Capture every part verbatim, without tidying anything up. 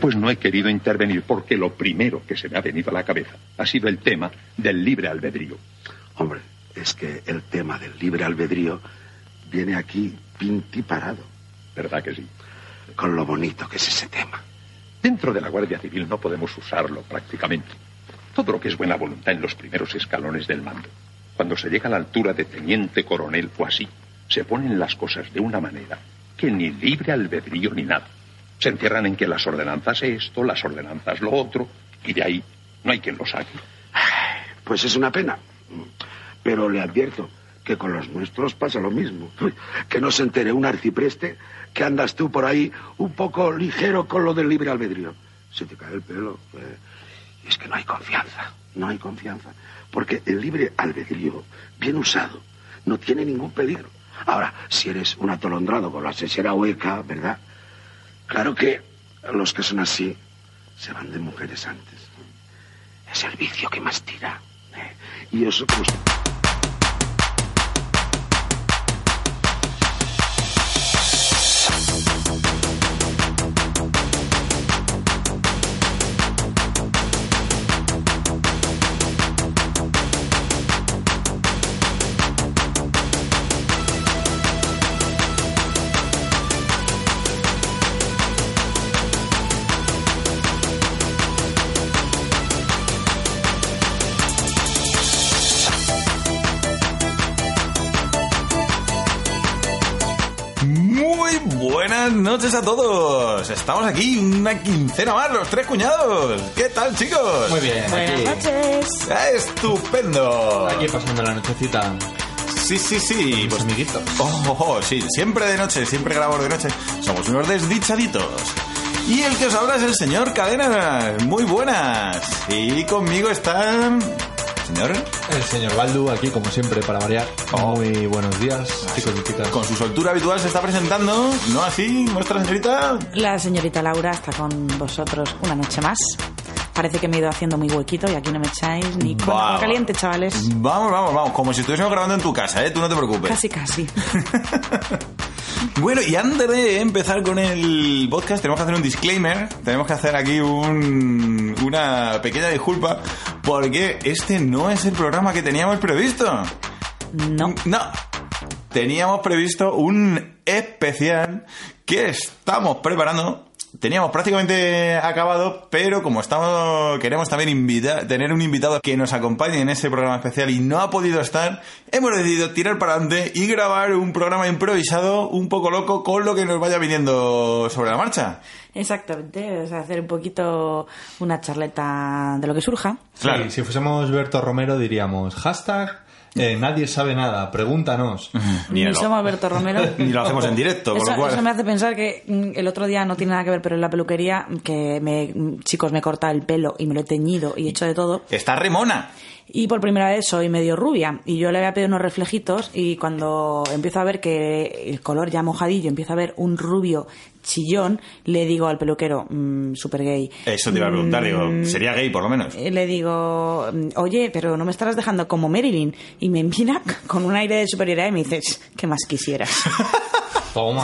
Pues no he querido intervenir porque lo primero que se me ha venido a la cabeza ha sido el tema del libre albedrío. Hombre, es que el tema del libre albedrío viene aquí pintiparado. ¿Verdad que sí? Con lo bonito que es ese tema. Dentro de la Guardia Civil no podemos usarlo prácticamente. Todo lo que es buena voluntad en los primeros escalones del mando. Cuando se llega a la altura de teniente coronel o así, se ponen las cosas de una manera que ni libre albedrío ni nada. Se encierran en que las ordenanzas esto, las ordenanzas lo otro, y de ahí no hay quien lo saque. Pues es una pena. Pero le advierto que con los nuestros pasa lo mismo. Que no se entere un arcipreste que andas tú por ahí un poco ligero con lo del libre albedrío. Se te cae el pelo. Eh, y es que no hay confianza, no hay confianza. Porque el libre albedrío, bien usado, no tiene ningún peligro. Ahora, si eres un atolondrado con la sesera hueca, ¿verdad? Claro que los que son así se van de mujeres antes. Es el vicio que más tira. ¿eh? Y eso pues... Buenas noches a todos. Estamos aquí una quincena más, los tres cuñados. ¿Qué tal, chicos? Muy bien. Buenas aquí. noches. Estupendo. Aquí pasando la nochecita. Sí, sí, sí. Pues amiguitos. Oh, oh, oh, sí, siempre de noche, siempre grabamos de noche. Somos unos desdichaditos. Y el que os habla es el señor Cadenas. Muy buenas. Y conmigo están... ¿Señor? El señor Baldu aquí, como siempre, para variar. Oh. Muy buenos días, chicos y chicas. Con su soltura habitual se está presentando, ¿no así, nuestra señorita? La señorita Laura está con vosotros una noche más. Parece que me he ido haciendo muy huequito y aquí no me echáis ni con agua caliente, chavales. Vamos, vamos, vamos. Como si estuviésemos grabando en tu casa, ¿eh? Tú no te preocupes. Casi, casi. Bueno, y antes de empezar con el podcast tenemos que hacer un disclaimer. Tenemos que hacer aquí un, una pequeña disculpa porque este no es el programa que teníamos previsto. No. No. Teníamos previsto un especial que estamos preparando. Teníamos prácticamente acabado, pero como estamos queremos también invitar, tener un invitado que nos acompañe en ese programa especial y no ha podido estar, hemos decidido tirar para adelante y grabar un programa improvisado un poco loco con lo que nos vaya viniendo sobre la marcha. Exactamente, o sea, hacer un poquito una charleta de lo que surja. Claro. Sí, si fuésemos Berto Romero diríamos hashtag eh, nadie sabe nada, pregúntanos. Ni, Ni somos Alberto Romero. Ni lo hacemos en directo, eso, con lo cual... eso me hace pensar que mm, el otro día no tiene nada que ver, pero en la peluquería, que me, chicos, me he cortado el pelo y me lo he teñido y he hecho de todo. Está remona. Y por primera vez soy medio rubia y yo le había pedido unos reflejitos y cuando empiezo a ver que el color ya mojadillo, empiezo a ver un rubio chillón, le digo al peluquero, mmm, súper gay. Eso te iba a preguntar, digo, sería gay por lo menos. Le digo, oye, pero no me estarás dejando como Marilyn. Y me mira con un aire de superioridad y me dices, ¿qué más quisieras? Toma,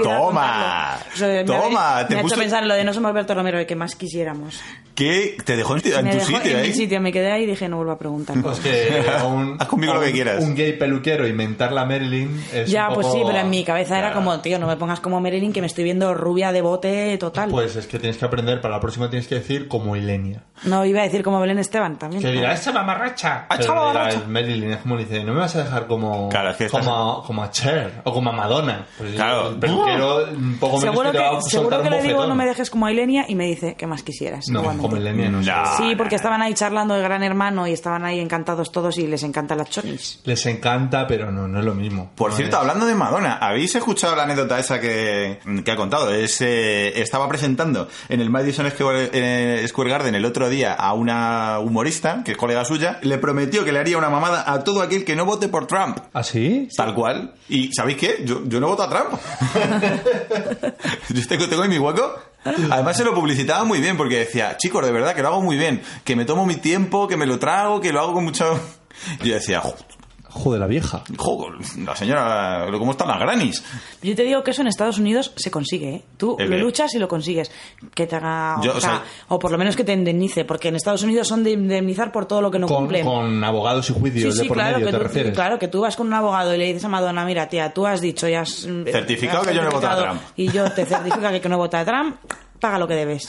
toma, o sea, toma. Me, Te me ha puso... hecho pensar en lo de no somos Alberto Romero, de que más quisiéramos. ¿Qué? ¿Te dejó en, en me tu dejó sitio en ahí? mi sitio, me quedé ahí y dije, no vuelvo a preguntar. Pues que un, haz conmigo lo que un, quieras. Un gay peluquero inventarla a Marilyn es Ya, un pues poco... sí, pero en mi cabeza Claro. era como, tío, no me pongas como Marilyn, que me estoy viendo rubia de bote total. Pues es que tienes que aprender, para la próxima tienes que decir como Ilenia. No, iba a decir como Belén Esteban también. Que dirá, ¡esa mamarracha! ¡Ah, Pero chava dirá, mamarracha! Marilyn es como dice, no me vas a dejar como Claro, es que estás- como, como a Cher o como a Madonna. Pues Claro. el peluquero un poco menos Seguro que te va a que, soltar seguro un que le digo bofetón. no me dejes como a Ilenia y me dice, ¿qué más quisieras? No, Igualmente. como Ilenia no sé. No. Sí, porque estaban ahí charlando de Gran Hermano y estaban ahí encantados todos y les encantan las chonis. Les encanta, pero no, no es lo mismo. Por No cierto, es- hablando de Madonna, ¿habéis escuchado la anécdota esa que, que ha contado? Es, eh, estaba presentando en el Madison Square, eh, Square Garden el otro día a una humorista, que es colega suya, le prometió que le haría una mamada a todo aquel que no vote por Trump. ¿Ah, sí? Tal cual. ¿Y sabéis qué? Yo, yo no voto a Trump. Yo tengo, tengo en mi hueco. Además se lo publicitaba muy bien porque decía, chicos, de verdad que lo hago muy bien, que me tomo mi tiempo, que me lo trago, que lo hago con mucho... Y yo decía, Joder, la vieja. Joder, la señora, ¿cómo están las granis? Yo te digo que eso en Estados Unidos se consigue, ¿eh? Tú ¿El lo qué? luchas y lo consigues. Que te haga... Yo, o, o sea, sea- o por lo menos que te indemnice, porque en Estados Unidos son de indemnizar por todo lo que no Con, cumplen. con abogados y juicios Sí, de sí, por claro, medio, que ¿te tú, refieres? claro, que tú vas con un abogado y le dices a Madonna, mira, tía, tú has dicho, ya has... Certificado has que yo no he votado a certificado Trump. Y yo te certifico que, que no vota a Trump, paga lo que debes.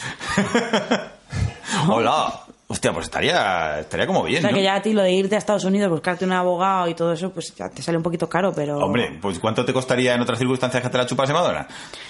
Hola. Hostia, pues estaría, estaría como bien, O sea, ¿no? que ya a ti lo de irte a Estados Unidos, buscarte un abogado y todo eso, pues ya te sale un poquito caro, pero... Hombre, pues ¿cuánto te costaría en otras circunstancias que te la chupase Madonna?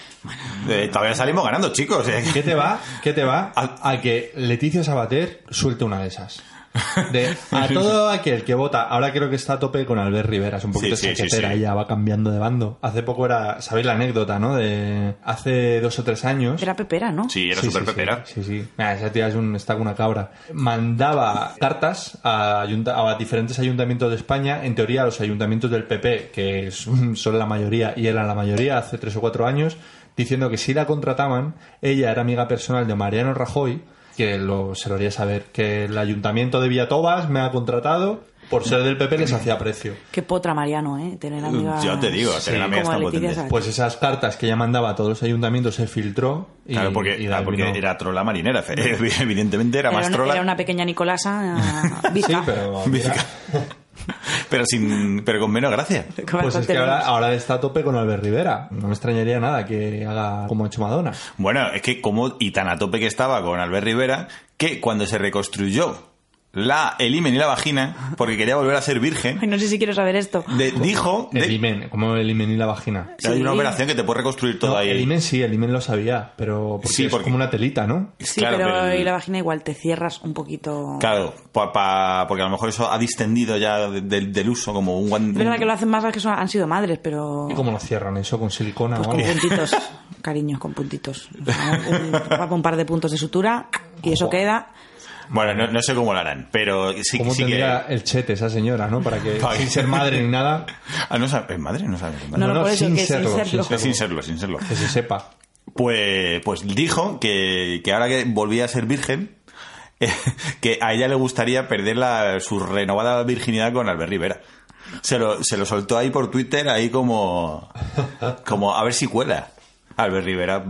Eh, todavía salimos ganando, chicos. eh. ¿Qué te va? ¿Qué te va? A, a que Leticia Sabater suelte una de esas. De, a todo aquel que vota, ahora creo que está a tope con Albert Rivera, es un poquito Sí, sí, sí, chaquetera, sí. ella va cambiando de bando. Hace poco era, ¿sabéis la anécdota, no? De hace dos o tres años. Era pepera, ¿no? Sí, era Sí, súper sí, pepera. Sí, sí. sí. Nah, esa tía es un, está con una cabra. Mandaba cartas a, ayunta- a diferentes ayuntamientos de España, en teoría a los ayuntamientos del P P, que es- son la mayoría y eran la mayoría hace tres o cuatro años, diciendo que si la contrataban, ella era amiga personal de Mariano Rajoy, que lo, se lo haría saber, que el ayuntamiento de Villatobas me ha contratado, por ser del P P les hacía precio. Qué potra Mariano, ¿eh? Tener amigas... Ya te digo, tener amigas como tan Leticia potentes. Sabater. Pues esas cartas que ella mandaba a todos los ayuntamientos se filtró y, Claro, porque, y claro, porque vino- era trola marinera. Evidentemente era, Era más una, trola. era una pequeña Nicolasa eh, Sí, bizca. pero... Bizca. mira, pero sin pero con menos gracia. Con pues es bastante que ahora, menos. ahora está a tope con Albert Rivera. No me extrañaría nada que haga como ha hecho Madonna. Bueno, es que como y tan a tope que estaba con Albert Rivera que cuando se reconstruyó la el himen y la vagina porque quería volver a ser virgen, Ay, no sé si quiero saber esto. de- dijo El de- himen, como el himen y la vagina. que hay Sí. una operación que te puede reconstruir todo No, ahí. el himen sí, el himen lo sabía, pero porque Sí, es porque- como una telita, ¿no? Sí, Claro, pero, el- y la vagina igual te cierras un poquito. Claro, pa- pa- porque a lo mejor eso ha distendido ya de- de- del uso como un guante. Es verdad que lo hacen más las que son, han sido madres, pero... ¿Y cómo lo cierran eso? ¿Con silicona Pues o con algo? puntitos, cariño, con puntitos. O sea, un, un- un par de puntos de sutura y eso Ojo. queda... Bueno, no, no sé cómo lo harán, pero sí, ¿Cómo sí tendría que... el chete esa señora, no? Para que, Para que- sin ser madre ni nada, Ah, no sabe, ¿es madre? No sabe. ¿es madre? No, no, por eso, sin que sin serlo, serlo. sin Es sin serlo, sin serlo. que se sepa. Pues, pues dijo que, que ahora que volvía a ser virgen, eh, que a ella le gustaría perder la, su renovada virginidad con Albert Rivera. Se lo, se lo soltó ahí por Twitter, ahí como, como a ver si cuela. Albert Rivera,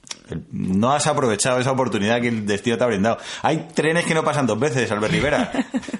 no has aprovechado esa oportunidad que el destino te ha brindado. Hay trenes que no pasan dos veces, Albert Rivera.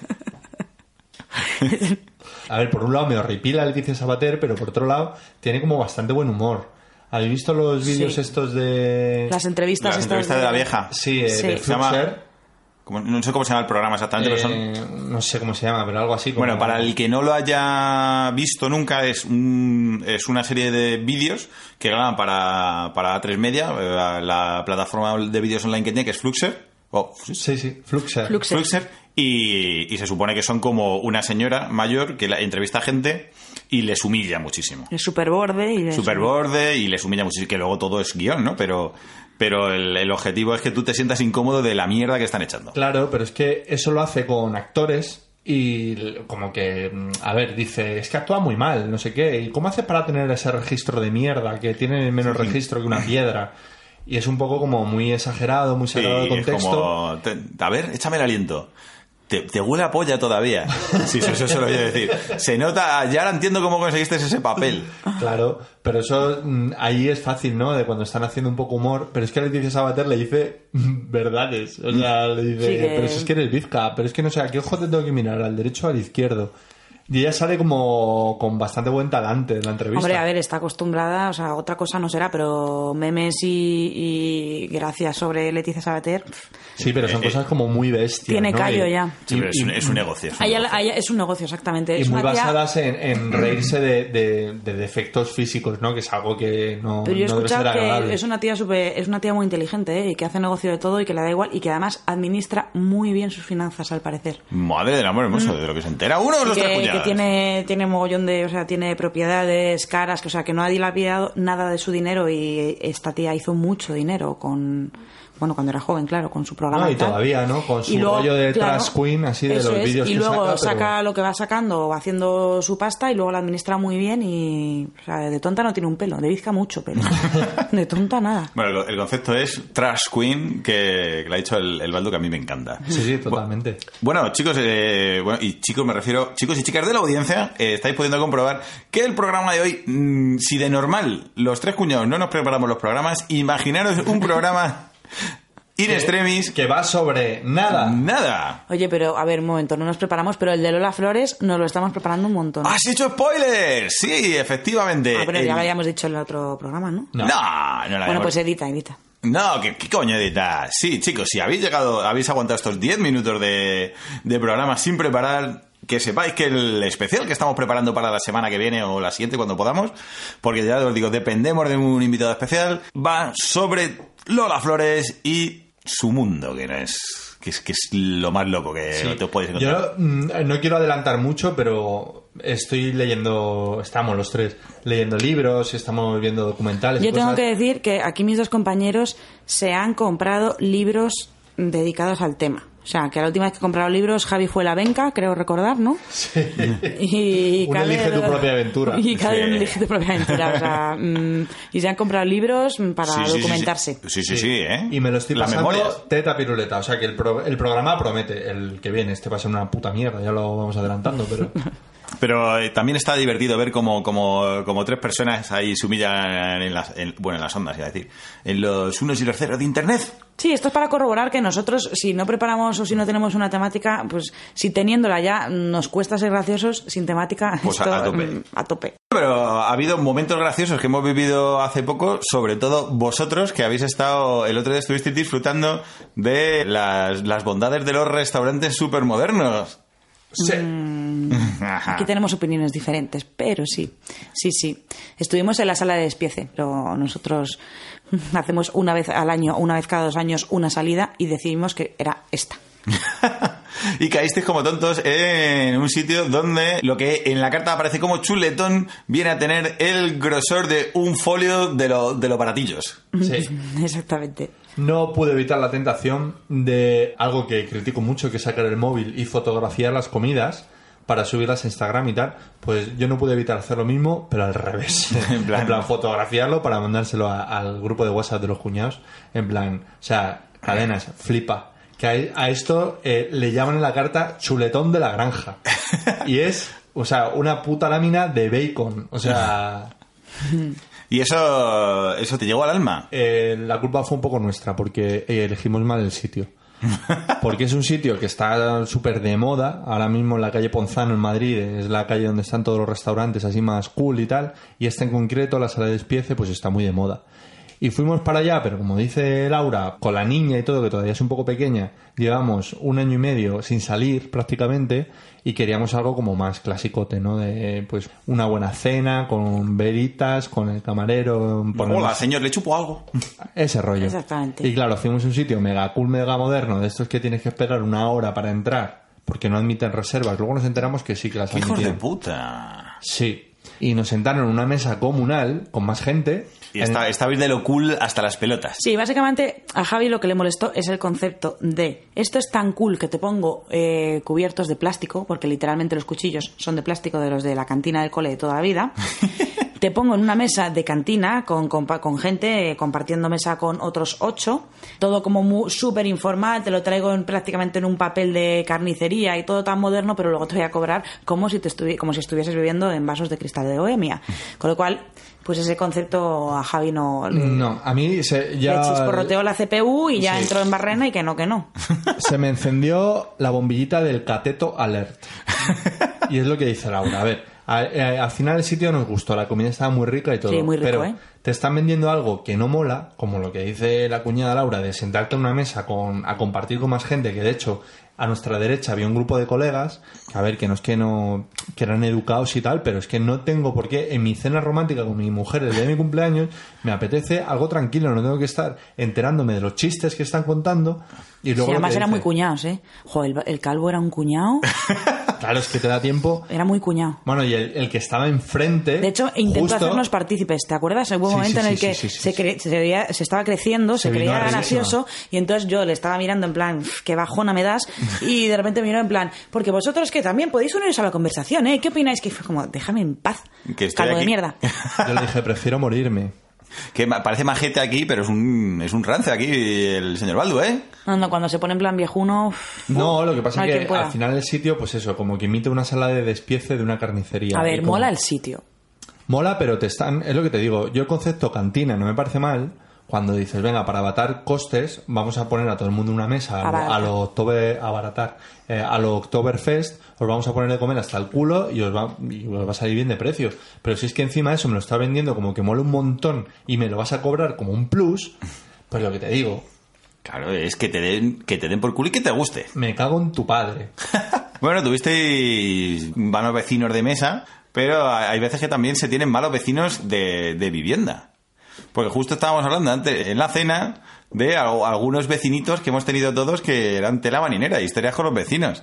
A ver, por un lado me horripila Leticia Sabater, pero por otro lado tiene como bastante buen humor. ¿Habéis visto los vídeos Sí. estos de... Las entrevistas... Las estas entrevistas de la vieja. Sí, eh, Sí. de Se llama- Fluxer. Como- no sé cómo se llama el programa exactamente, pero son... Eh, no sé cómo se llama, pero algo así como... Bueno, para el que no lo haya visto nunca, es, un, es una serie de vídeos que graban para, para A tres Media, la, la plataforma de vídeos online que tiene, que es Fluxer. O Sí, sí, Fluxer. Fluxer. Fluxer. Y, y se supone que son como una señora mayor que la, entrevista a gente y les humilla muchísimo. Es súper borde y... Super borde y les humilla muchísimo. Que luego todo es guión, ¿no? Pero, pero el, el objetivo es que tú te sientas incómodo de la mierda que están echando. Claro, pero es que eso lo hace con actores y como que, mm, a ver, dice, es que actúa muy mal, no sé qué. ¿Y cómo haces para tener ese registro de mierda que tiene menos registro que una piedra? Y es un poco como muy exagerado, muy sacado de Sí, es contexto. como, te- a ver, échame el aliento. Te, te huele a polla todavía. Sí, eso, eso se lo voy a decir. Se nota, ya ahora entiendo cómo conseguiste ese papel. Claro, pero eso mm, ahí es fácil, ¿no? De cuando están haciendo un poco humor. Pero es que a Leticia Sabater le dice verdades. O sea, le dice, Sí, que- pero si es que eres bizca, pero es que no sé, ¿a qué ojo te tengo que mirar? ¿Al derecho o al izquierdo? Y ella sale como con bastante buen talante en la entrevista. Hombre, a ver, está acostumbrada, o sea, otra cosa no será, pero memes y, y gracias sobre Leticia Sabater, Sí, pero son Eh, cosas como muy bestias. tiene ¿no? callo Y- ya. Sí, pero es, un, es un negocio. es un A ella- negocio. a ella es un negocio, exactamente. Y Es muy una tía- basadas en, en reírse de, de- de defectos físicos, ¿no? Que es algo que no, Pero yo he no debe ser escuchado agradable. que es una tía super, es una tía muy inteligente, ¿eh? Y que hace negocio de todo y que le da igual y que además administra muy bien sus finanzas, al parecer. Madre del amor hermoso, de lo que se entera uno de los tres Que, que puñadas. tiene, tiene mogollón de, o sea, tiene propiedades caras, que, o sea, que no ha dilapidado nada de su dinero y esta tía hizo mucho dinero con, bueno, cuando era joven, claro, con su programa. No, y y tal. todavía, ¿no? Con su Y luego, rollo de claro, Trash Queen, así de eso los es, vídeos y que luego saca. saca pero... lo que va sacando, va haciendo su pasta y luego la administra muy bien y... O sea, de tonta no tiene un pelo, de bizca mucho pelo. De tonta nada. Bueno, el, el concepto es Trash Queen, que, que lo ha dicho el, el Baldo, que a mí me encanta. Sí, sí, totalmente. Bueno, chicos, eh, bueno, y chicos me refiero, chicos y chicas de la audiencia, eh, estáis pudiendo comprobar que el programa de hoy, mmm, si de normal los tres cuñados no nos preparamos los programas, imaginaros un programa in extremis Que va sobre nada. nada. Oye, pero a ver, un momento, no nos preparamos, pero el de Lola Flores nos lo estamos preparando un montón. ¿Has hecho spoilers? Sí, efectivamente. Ah, pero El- ya lo habíamos dicho en el otro programa, ¿no? No, no, la Bueno, habíamos- pues edita, edita. No, ¿qué, qué coño edita? Sí, chicos, si habéis llegado, habéis aguantado estos diez minutos de, de programa sin preparar, que sepáis que el especial que estamos preparando para la semana que viene o la siguiente cuando podamos, porque ya os digo, dependemos de un invitado especial, va sobre Lola Flores y su mundo, que no es, que es, que es lo más loco que Sí. te podéis encontrar. Yo mm, no quiero adelantar mucho, pero estoy leyendo, estamos los tres leyendo libros, estamos viendo documentales. Yo y tengo cosas. que decir que aquí mis dos compañeros se han comprado libros dedicados al tema. O sea, que la última vez que compraron libros, Javi fue la Benca, creo recordar, ¿no? Sí. Y Un Cade- elige tu propia aventura. Y cada Sí. uno elige tu propia aventura. O sea, mm, y se han comprado libros para Sí, sí, sí, documentarse. Sí, sí, sí, sí, ¿eh? Y me lo estoy Las pasando memorias. teta piruleta. O sea que el, pro- el programa promete, el que viene. Este va a ser una puta mierda, ya lo vamos adelantando, pero... Pero eh, también está divertido ver como, como, como tres personas ahí se humillan en las, en- bueno, en las ondas, iba a decir, en los unos y los ceros de Internet. Sí, esto es para corroborar que nosotros, si no preparamos o si no tenemos una temática, pues si teniéndola ya nos cuesta ser graciosos, sin temática, Pues a- esto, a tope. mm, a tope. Pero ha habido momentos graciosos que hemos vivido hace poco, sobre todo vosotros, que habéis estado, el otro día estuvisteis disfrutando de las, las bondades de los restaurantes supermodernos. Sí. Aquí tenemos opiniones diferentes, pero sí, sí, sí. Estuvimos en la sala de despiece, pero nosotros hacemos una vez al año, una vez cada dos años, una salida y decidimos que era esta. Y caísteis como tontos en un sitio donde lo que en la carta aparece como chuletón viene a tener el grosor de un folio de, lo, de los baratillos. Sí. Exactamente. No pude evitar la tentación de algo que critico mucho, que es sacar el móvil y fotografiar las comidas para subirlas a Instagram y tal. Pues yo no pude evitar hacer lo mismo, pero al revés. En plan- en plan, fotografiarlo para mandárselo a- al grupo de WhatsApp de los cuñados. En plan, o sea, cadenas, flipa. Que a, a esto eh, le llaman en la carta chuletón de la granja. Y es, o sea, una puta lámina de bacon. O sea... Y eso, eso te llegó al alma. Eh, la culpa fue un poco nuestra porque eh, elegimos mal el sitio. Porque es un sitio que está súper de moda. Ahora mismo en la calle Ponzano en Madrid es la calle donde están todos los restaurantes así más cool y tal. Y este en concreto, la sala de despiece, pues está muy de moda. Y fuimos para allá, pero como dice Laura, con la niña y todo, que todavía es un poco pequeña, llevamos un año y medio sin salir prácticamente y queríamos algo como más clasicote, ¿no? De pues una buena cena con velitas, con el camarero. ponernos- Hola, señor, le chupo algo. Ese rollo. Exactamente. Y claro, fuimos a un sitio mega cool, mega moderno, de estos que tienes que esperar una hora para entrar porque no admiten reservas. Luego nos enteramos que sí que las ¡Qué hijos de admitían. puta! Sí. Y nos sentaron en una mesa comunal con más gente. Y está, estabais de lo cool hasta las pelotas. Sí, básicamente a Javi lo que le molestó es el concepto de esto es tan cool que te pongo eh, cubiertos de plástico, porque literalmente los cuchillos son de plástico de los de la cantina del cole de toda la vida. Te pongo en una mesa de cantina con, con, con gente eh, compartiendo mesa con otros ocho, todo como muy súper informal, te lo traigo en, prácticamente en un papel de carnicería y todo tan moderno, pero luego te voy a cobrar como si, te estuvi- como si estuvieses bebiendo en vasos de cristal de Bohemia. Con lo cual, pues ese concepto a Javi no le, No, a mí se, ya le chisporroteó la C P U y ya Sí. entró en barrena y que no, que no. se me encendió la bombillita del Cateto Alert. Y es lo que dice Laura. A ver, a- eh, al final el sitio nos gustó, la comida estaba muy rica y todo. Sí, muy rico, pero ¿eh? te están vendiendo algo que no mola, como lo que dice la cuñada Laura, de sentarte en una mesa con, a compartir con más gente, que de hecho a nuestra derecha había un grupo de colegas, que a ver, que no es que no que eran educados y tal, pero es que no tengo por qué en mi cena romántica con mi mujer el día de mi cumpleaños me apetece algo tranquilo, no tengo que estar enterándome de los chistes que están contando y luego Sí, lo además que eran muy dice. cuñados, ¿eh? Joder, el, el calvo era un cuñado. Claro, es que te da tiempo. Era muy cuñado. Bueno, y el, el que estaba enfrente. De hecho, intentó justo- hacernos partícipes, ¿te acuerdas? Hubo hubo un Sí, momento sí, en el sí, que sí, sí, se, sí. cre- se, veía- se estaba creciendo, se, Se vino creía arribísima. gracioso, y entonces yo le estaba mirando en plan, "Uf, qué bajona me das", y de repente me miró en plan, porque vosotros que también podéis uniros a la conversación, ¿eh? ¿Qué opináis? Que fue como, déjame en paz, Que estoy calvo de aquí. mierda. Yo le dije, prefiero morirme. Que ma- parece majete aquí, pero es un, es un rancio aquí el señor Baldu, ¿eh? No, no, cuando se pone en plan viejuno... uf, No, lo que pasa no hay es quien que pueda. al final el sitio, pues eso, como que imita una sala de despiece de una carnicería. A Y ver, como- mola el sitio. Mola, pero te están... Es lo que te digo. Yo el concepto cantina no me parece mal cuando dices, venga, para abaratar costes, vamos a poner a todo el mundo en una mesa a lo, Abaratar. a lo October... Abaratar. Eh, a lo Oktoberfest, os vamos a poner de comer hasta el culo y os, va, y os va a salir bien de precios. Pero si es que encima eso me lo está vendiendo como que mola un montón y me lo vas a cobrar como un plus, pues lo que te digo, Claro, es que te den, que te den por culo y que te guste. me cago en tu padre. Bueno, tuvisteis malos vecinos de mesa, pero hay veces que también se tienen malos vecinos de, de vivienda. Porque justo estábamos hablando antes, en la cena, de al- algunos vecinitos que hemos tenido todos que eran tela marinera, historias con los vecinos.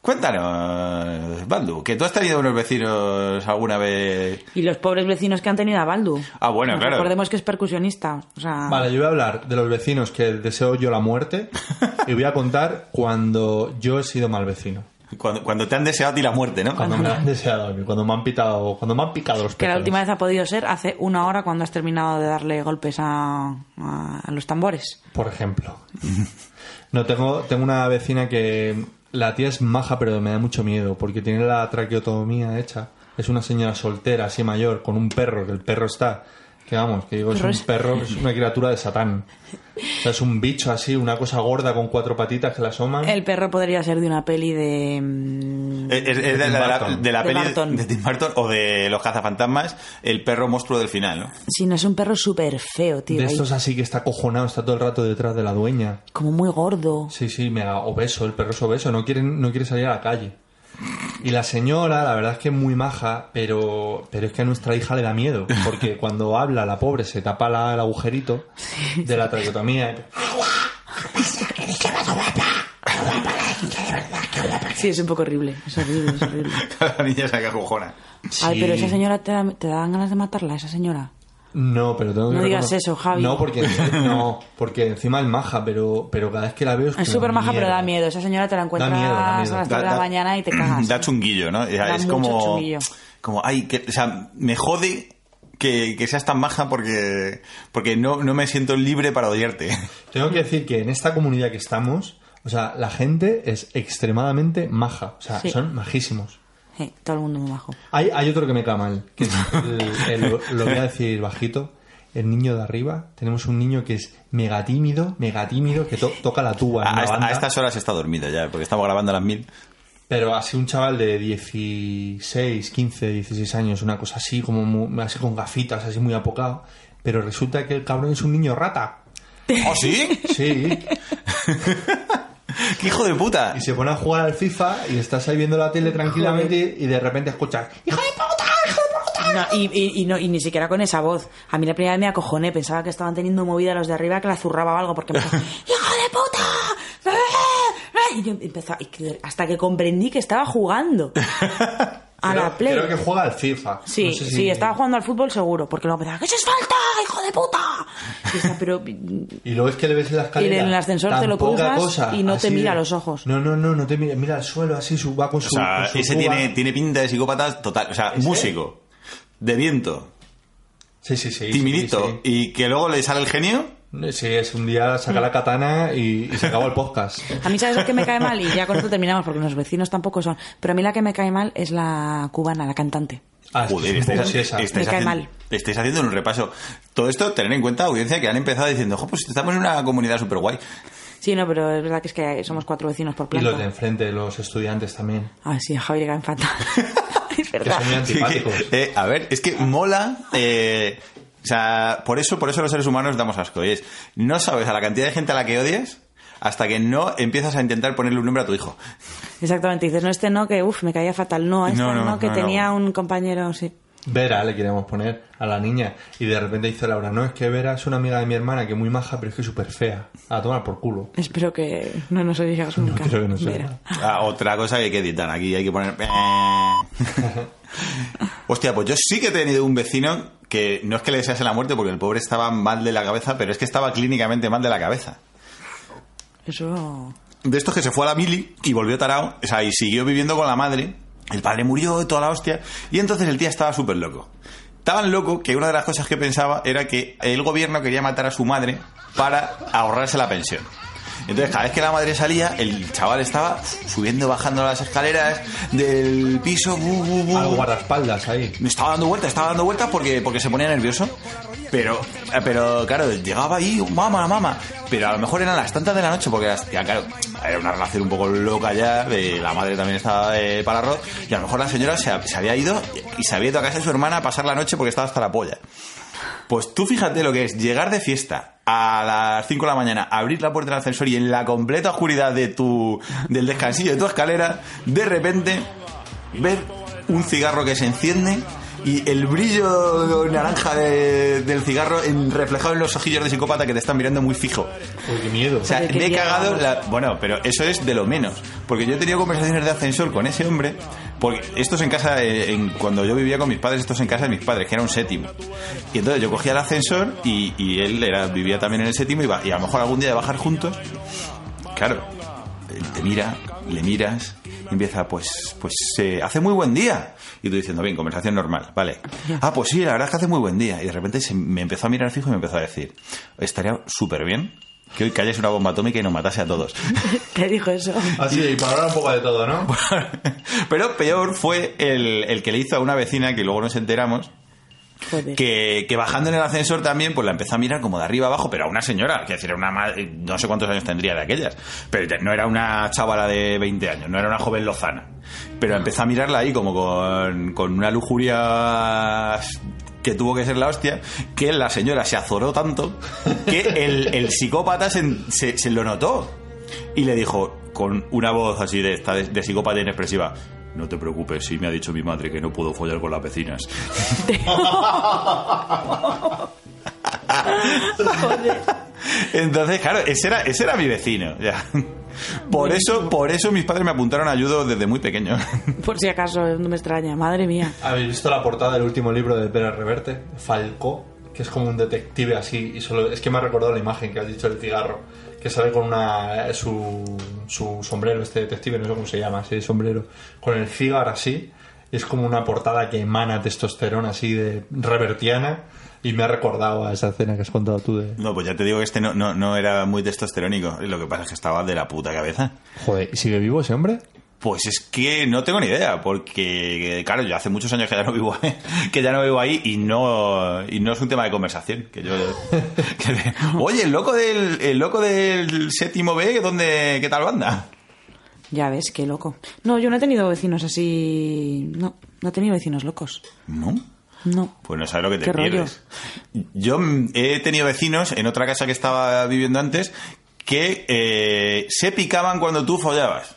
Cuéntanos, Baldu, que tú has tenido unos vecinos alguna vez... Y los pobres vecinos que han tenido a Baldu. Ah, bueno, Nos claro. Recordemos que es percusionista. O sea, Vale, yo voy a hablar de los vecinos que deseo yo la muerte y voy a contar cuando yo he sido mal vecino. Cuando, cuando te han deseado a ti la muerte, ¿no? Cuando me han deseado a mí, cuando me han pitado, cuando me han picado los que la pétalos. última vez ha podido ser hace una hora cuando has terminado de darle golpes a, a, a los tambores. Por ejemplo. No, tengo, tengo una vecina que la tía es maja, pero me da mucho miedo porque tiene la traqueotomía hecha. Es una señora soltera, así mayor, con un perro, que el perro está... Que vamos, que digo, es Perro un es- perro, es una criatura de Satán. O sea, es un bicho así, una cosa gorda con cuatro patitas que la asoman. El perro podría ser de una peli de... mm, Es, es de, Tim la, Burton. de la De peli Burton. de Tim Burton o de Los cazafantasmas, el perro monstruo del final, ¿no? Sí, no, es un perro súper feo, tío. De ahí, estos así que está acojonado, está todo el rato detrás de la dueña. como muy gordo. Sí, sí, mega obeso, el perro es obeso, no quiere, no quiere salir a la calle. Y la señora, la verdad es que es muy maja, pero, pero es que a nuestra hija le da miedo, porque cuando habla la pobre se tapa la- el agujerito de la traqueotomía. Sí, es un poco horrible. Es horrible, es horrible. La niña se acojona. Ay, pero Sí. esa señora, te, da- te dan ganas de matarla, esa señora. No, pero tengo que No digas reconocer- eso, Javi. No, porque, no, porque encima es maja, pero, pero cada vez que la veo es Es como súper maja, pero mierda. da miedo. Esa señora te la encuentras miedo, da a miedo. las Da- tres de la da- mañana y te cagas. Da chunguillo, ¿no? O sea, Da es mucho como... chunguillo. Como, ay, que, o sea, me jode que, que seas tan maja porque, porque no, no me siento libre para odiarte. Tengo que decir que en esta comunidad que estamos, o sea, la gente es extremadamente maja, o sea, Sí. son majísimos. Sí, todo el mundo muy majo. Hay, hay otro que me cae mal, que es el- el- lo, lo voy a decir bajito. El niño de arriba, tenemos un niño que es mega tímido, mega tímido, que to- toca la tuba en A, una esta- banda, a estas horas está dormido ya, porque estamos grabando a las mil. pero así un chaval de dieciséis, quince, dieciséis años, una cosa así, como muy- así con gafitas, así muy apocado, pero resulta que el cabrón es un niño rata. ¿Oh, sí? Sí, ¡Qué hijo de puta! y se pone a jugar al FIFA y estás ahí viendo la tele tranquilamente y de repente escuchas ¡hijo de puta! ¡hijo de puta! No, y, y, y no, y ni siquiera con esa voz. A mí la primera vez me acojoné. Pensaba que estaban teniendo movida los de arriba, que la zurraba o algo, porque me dijo, ¡hijo de puta! Y yo empezó, y que- hasta que comprendí que estaba jugando a Creo- la Play. Creo que juega al FIFA. Sí, No sé si- sí, estaba jugando al fútbol seguro, porque luego empezaba, ¿qué es falta, hijo de puta? Y está, pero Y luego es que le ves en la escalera. Y en el ascensor tan te lo poca cruzas y no te así mira de- a los ojos. No, no, no, no te mira, mira al suelo así, su, va con O su. sea, con su ese tuba. tiene, tiene pinta de psicópata total. O sea, ¿Ese? músico, de viento, Sí, sí, sí. timidito, sí, y que luego le sale el genio. sí. Sí, es un día saca la katana y, y se acabó el podcast. A mí, ¿sabes lo que me cae mal? Y ya con esto terminamos, porque los vecinos tampoco son. Pero a mí la que me cae mal es la cubana, la cantante. Ah, es que Joder, es un poco estáis, siesa. estáis Me cae haciendo, mal. estáis haciendo un repaso. Todo esto, tener en cuenta, audiencia, que han empezado diciendo, ojo, pues estamos en una comunidad súper guay. Sí, no, pero es verdad que es que somos cuatro vecinos por Y planta. los de enfrente, los estudiantes también. Ah, sí, a Javi le caen fatal. Es Que verdad. son muy antipáticos. Eh, a ver, es que mola. eh, o sea, por eso, por eso los seres humanos damos asco. Y es, no sabes a la cantidad de gente a la que odias hasta que no empiezas a intentar ponerle un nombre a tu hijo. Exactamente, dices, no, este no, que uff, me caía fatal. No, este No, no, no, que no, tenía no. un compañero, sí. Vera le queríamos poner a la niña. Y de repente dice Laura, no, es que Vera es una amiga de mi hermana que es muy maja, pero es que es súper fea. A tomar por culo. Espero que no nos oigas nunca. creo que no se Vera. oiga. Ah, otra cosa que hay que editar. Aquí hay que poner. Hostia, pues yo sí que he tenido un vecino que no es que le desease la muerte porque el pobre estaba mal de la cabeza, pero es que estaba clínicamente mal de la cabeza. Eso... De estos que se fue a la mili y volvió tarao, o sea, y siguió viviendo con la madre. El padre murió, toda la hostia, y entonces el tío estaba súper loco. Tan loco que una de las cosas que pensaba era que el gobierno quería matar a su madre para ahorrarse la pensión. Entonces cada vez que la madre salía, el chaval estaba subiendo, bajando las escaleras del piso, bu, bu, bu. Al guardaespaldas ahí. Me estaba dando vueltas, estaba dando vueltas porque, porque se ponía nervioso. Pero, pero claro, llegaba ahí, mamá, mamá. Pero a lo mejor eran las tantas de la noche, porque ya, claro, era una relación un poco loca ya, de, la madre también estaba de para arroz, y a lo mejor la señora se, se había ido y se había ido a casa de su hermana a pasar la noche porque estaba hasta la polla. Pues tú fíjate lo que es llegar de fiesta a las cinco de la mañana, abrir la puerta del ascensor y en la completa oscuridad de tu, del descansillo de tu escalera, de repente ver un cigarro que se enciende y el brillo naranja de, del cigarro en, reflejado en los ojillos de psicópata que te están mirando muy fijo. Uy, qué miedo. O sea, me he cagado la... Bueno, pero eso es de lo menos. Porque yo he tenido conversaciones de ascensor con ese hombre. Porque esto es en casa, en, cuando yo vivía con mis padres, esto es en casa de mis padres, que era un séptimo. Y entonces yo cogía el ascensor y, y él era, vivía también en el séptimo y, va, y a lo mejor algún día de bajar juntos. Claro, él te mira, le miras y empieza, pues, pues eh, hace muy buen día. Y tú diciendo, bien, conversación normal, vale. Ah, pues sí, la verdad es que hace muy buen día. Y de repente se me empezó a mirar fijo y me empezó a decir, estaría súper bien que hoy cayese una bomba atómica y nos matase a todos. ¿Qué dijo eso? Así, y para hablar un poco de todo, ¿no? Pero peor fue el, el que le hizo a una vecina, que luego nos enteramos, que, que bajando en el ascensor también, pues la empezó a mirar como de arriba abajo, pero a una señora, que decir, era una madre, no sé cuántos años tendría de aquellas, pero no era una chavala de veinte años, no era una joven lozana, pero empezó a mirarla ahí como con, con una lujuria que tuvo que ser la hostia, que la señora se azoró tanto que el, el psicópata se, se, se lo notó y le dijo con una voz así de, esta, de, de psicópata inexpresiva: no te preocupes, sí me ha dicho mi madre que no puedo follar con las vecinas. Entonces, claro, ese era, ese era mi vecino. Ya. Por eso, por eso mis padres me apuntaron a ayudo desde muy pequeño. Por si acaso, no me extraña, madre mía. ¿Habéis visto la portada del último libro de Pérez Reverte? Falcó, que es como un detective así, y solo es que me ha recordado la imagen que has dicho del cigarro, que sale con una su, su sombrero, este detective, no sé cómo se llama, ese sombrero, con el cigarro así, es como una portada que emana testosterona así de revertiana, y me ha recordado a esa escena que has contado tú de... No, pues ya te digo que este no, no, no era muy testosterónico, lo que pasa es que estaba de la puta cabeza. Joder, ¿y sigue vivo ese hombre? Pues es que no tengo ni idea, porque claro, yo hace muchos años que ya no vivo que ya no vivo ahí y no y no es un tema de conversación. Que yo que de, oye, el loco del el loco del séptimo B, ¿dónde qué tal banda? Ya ves, qué loco. No, yo no he tenido vecinos así, no, no he tenido vecinos locos. ¿No? No. Pues no sabes lo que te ¿Qué pierdes. Rollo? Yo he tenido vecinos en otra casa que estaba viviendo antes que eh, se picaban cuando tú follabas.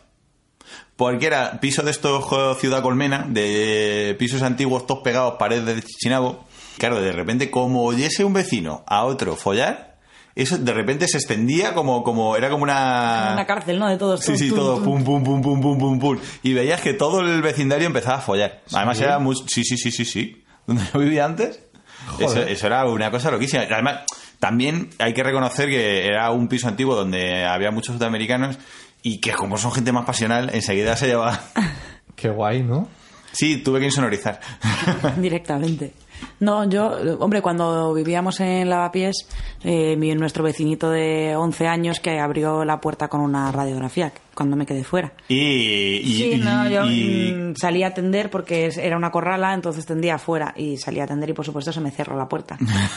Porque era piso de estos Ciudad Colmena, de pisos antiguos todos pegados, paredes de Chinabo. Claro, de repente, como oyese un vecino a otro follar, eso de repente se extendía como, como era como una... Una cárcel, ¿no? De todos. Sí, sí, todo pum, pum, pum, pum, pum, pum, pum. Y veías que todo el vecindario empezaba a follar. Además ¿Sí? era muy... Sí, sí, sí, sí, sí. Donde yo vivía antes, eso, eso era una cosa loquísima. Además, también hay que reconocer que era un piso antiguo donde había muchos sudamericanos y que como son gente más pasional, enseguida se llevaba... Qué guay, ¿no? Sí, tuve que insonorizar. Directamente. No, yo, hombre, cuando vivíamos en Lavapiés, eh, mi, nuestro vecinito de once años que abrió la puerta con una radiografía cuando me quedé fuera. Y... y sí, no, yo y... mm, salí a atender porque era una corrala, entonces tendía afuera y salí a atender y por supuesto se me cerró la puerta.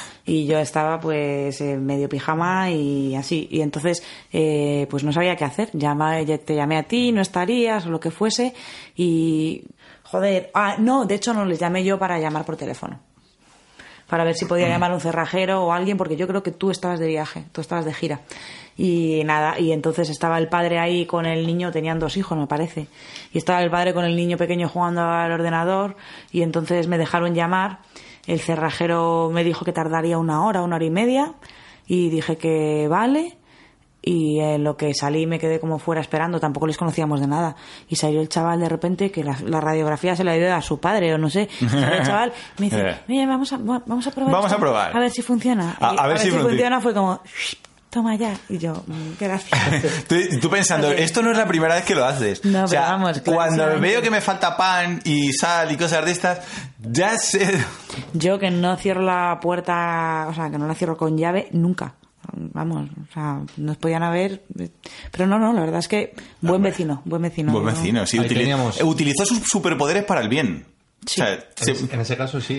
Y yo estaba pues en medio pijama y así. Y entonces eh, pues no sabía qué hacer. Llama, te llamé a ti, no estarías o lo que fuese y... Joder, ah, no, de hecho no les llamé yo para llamar por teléfono. Para ver si podía llamar a un cerrajero o a alguien, porque yo creo que tú estabas de viaje, tú estabas de gira. Y nada, y entonces estaba el padre ahí con el niño, tenían dos hijos, me parece. Y estaba el padre con el niño pequeño jugando al ordenador, y entonces me dejaron llamar. El cerrajero me dijo que tardaría una hora, una hora y media, y dije que vale. y en lo que salí me quedé como fuera esperando, tampoco les conocíamos de nada, y salió el chaval de repente que la, la radiografía se la dio a su padre o no sé, salió el chaval me dice, mira, vamos a, vamos a probar vamos esto, a probar a ver si funciona, a, a, a ver, ver si, si funciona. funciona fue como toma ya, y yo, gracias. tú, tú pensando, Okay. esto no es la primera vez que lo haces. No, o sea, pero vamos, cuando claramente. veo que me falta pan y sal y cosas de estas, ya sé. Yo que no cierro la puerta, o sea, que no la cierro con llave, nunca. Vamos, o sea, nos podían haber... Pero no, no, la verdad es que buen vecino, buen vecino. Buen ¿no? vecino, sí. Ahí Utili- teníamos- Utilizó sus superpoderes para el bien. Sí. O sea, En, se- en ese caso sí.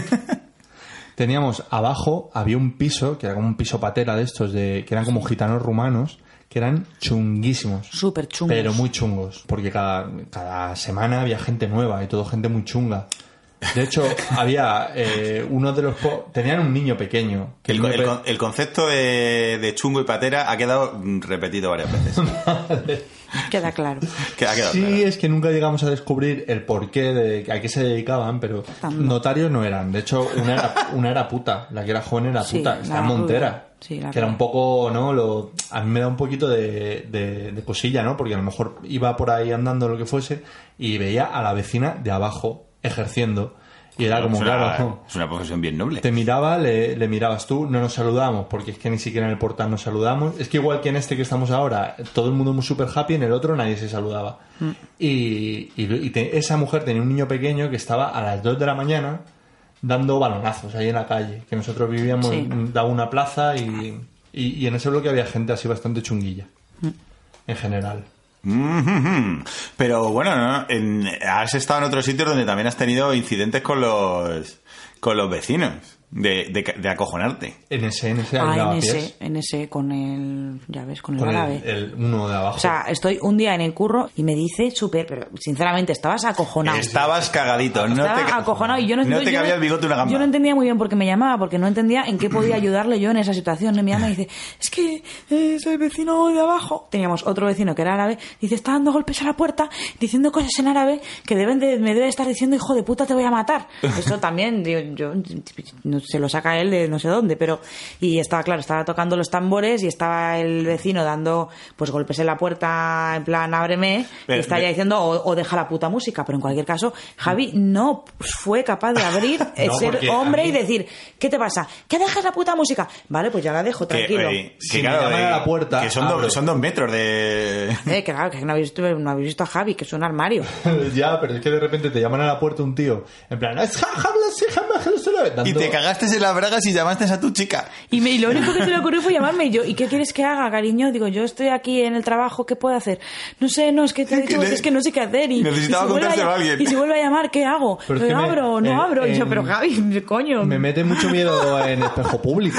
Teníamos abajo, había un piso, que era como un piso patera de estos, de que eran como gitanos rumanos, que eran chunguísimos. Súper chungos. Pero muy chungos, porque cada, cada semana había gente nueva y todo gente muy chunga. De hecho, había eh, uno de los... Po- tenían un niño pequeño. Que el, niño el pe- con- el concepto de, de chungo y patera ha quedado mm, repetido varias veces. Queda claro. Que ha quedado Sí, claro. es que nunca llegamos a descubrir el porqué de a qué se dedicaban, pero Tampoco. notarios no eran. De hecho, una era, una era puta, la que era joven era Sí, puta, la está en rubia. Montera. Sí, la que era rubia. un poco, ¿no? Lo, a mí me da un poquito de, de, de cosilla, ¿no? Porque a lo mejor iba por ahí andando lo que fuese y veía a la vecina de abajo ejerciendo. Y era como, es, una, claro, es una profesión bien noble. te miraba, le, le mirabas tú, no nos saludamos, porque es que ni siquiera en el portal nos saludamos. Es que igual que en este que estamos ahora, todo el mundo muy super happy, en el otro nadie se saludaba. Mm. Y, y, y te- esa mujer tenía un niño pequeño que estaba a las dos de la mañana dando balonazos ahí en la calle, que nosotros vivíamos, Sí. daba una plaza y, y, y en ese bloque había gente así bastante chunguilla, Mm. en general. Mm-hmm. Pero bueno, ¿no? En- has estado en otros sitios donde también has tenido incidentes con los con los vecinos de, de, de acojonarte. En ese, en ese, Ah, al en lavapiés, ese, en ese, con el, ya ves, con el con el, árabe. el uno de abajo. O sea, estoy un día en el curro y me dice súper, pero sinceramente estabas acojonado. Estabas cagadito, no Estaba te, acojonado y yo no, no te yo cabía el bigote una gamba. Yo no entendía muy bien por qué me llamaba, porque no entendía en qué podía ayudarle yo en esa situación. Me llama y dice, es que eh, es el vecino de abajo. Teníamos otro vecino que era árabe, dice, está dando golpes a la puerta, diciendo cosas en árabe que deben de, me debe estar diciendo, hijo de puta, te voy a matar. Eso también, digo, yo, no, se lo saca él de no sé dónde, pero... Y estaba, claro, estaba tocando los tambores y estaba el vecino dando pues golpes en la puerta, en plan, ábreme, Pero- y está ya diciendo, o, o deja la puta música. Pero en cualquier caso, Javi no fue capaz de abrir, eh, No, ser porque a hombre mí- y decir, ¿qué te pasa? ¿Que dejas la puta música? Vale, pues ya la dejo, Que, tranquilo. eh, Si que me claro, llaman eh, a la puerta, que son, abro. dos, son dos metros de... Eh, que claro, que no habéis, visto, no habéis visto a Javi, que es un armario. Ya, pero es que de repente te llaman a la puerta un tío, en plan, dando- Y te cagaste en las bragas y llamaste a tu chica. Y, me, y lo único que se le ocurrió fue llamarme. Y yo, ¿y qué quieres que haga, cariño? Digo, yo estoy aquí en el trabajo, ¿qué puedo hacer? No sé, no, es que te he dicho, Que le- es que no sé qué hacer. Y, Necesitaba y si vuelve contárselo a ll- alguien. Y si vuelve a llamar, ¿qué hago? Pero es que me- ¿Abro o no en- abro? Y yo, en- pero Javi, coño, Me mete mucho miedo en espejo público.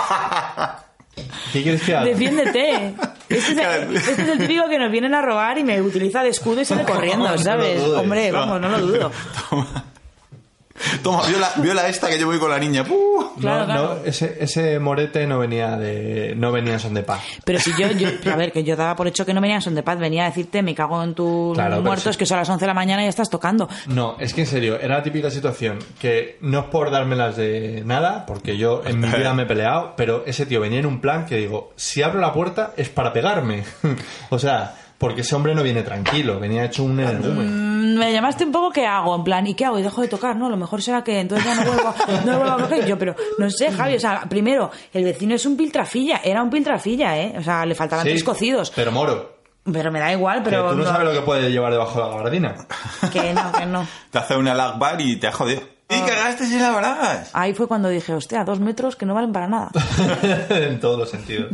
¿Qué quieres que haga? defiéndete. Este es, el, este es el típico que nos vienen a robar y me utiliza de escudo y sale corriendo, No ¿sabes? lo dudes. Hombre, vamos, no lo dudo. Toma. Toma, viola, viola esta que yo voy con la niña. ¡Puh! Claro, no, claro. no, ese, ese morete no venía de no venía en son de paz. Pero si yo, yo, a ver, que yo daba por hecho que no venían son de paz, venía a decirte, me cago en tus Claro, pero muertos, sí. que son las once de la mañana y ya estás tocando. No, es que en serio, era la típica situación que no es por dármelas de nada, porque yo en mi vida me he peleado, pero ese tío venía en un plan que digo, si abro la puerta es para pegarme. O sea, porque ese hombre no viene tranquilo, venía hecho un energúmeno. Mm, Me llamaste un poco, ¿qué hago? En plan, ¿y qué hago? Y dejo de tocar, ¿no? Lo mejor será que entonces ya no vuelvo, a- no vuelvo a coger. Yo, pero no sé, Javi, o sea, primero, el vecino es un piltrafilla, era un piltrafilla, ¿eh? O sea, le faltaban Sí, tres cocidos. Pero moro, Pero me da igual, que pero tú no, no- sabes lo que puede llevar debajo de la gabardina. que no, que no. Te hace una lag bar y te ha jodido. Y cagaste en las bragas. Ahí fue cuando dije, hostia, dos metros que no valen para nada. En todos los sentidos.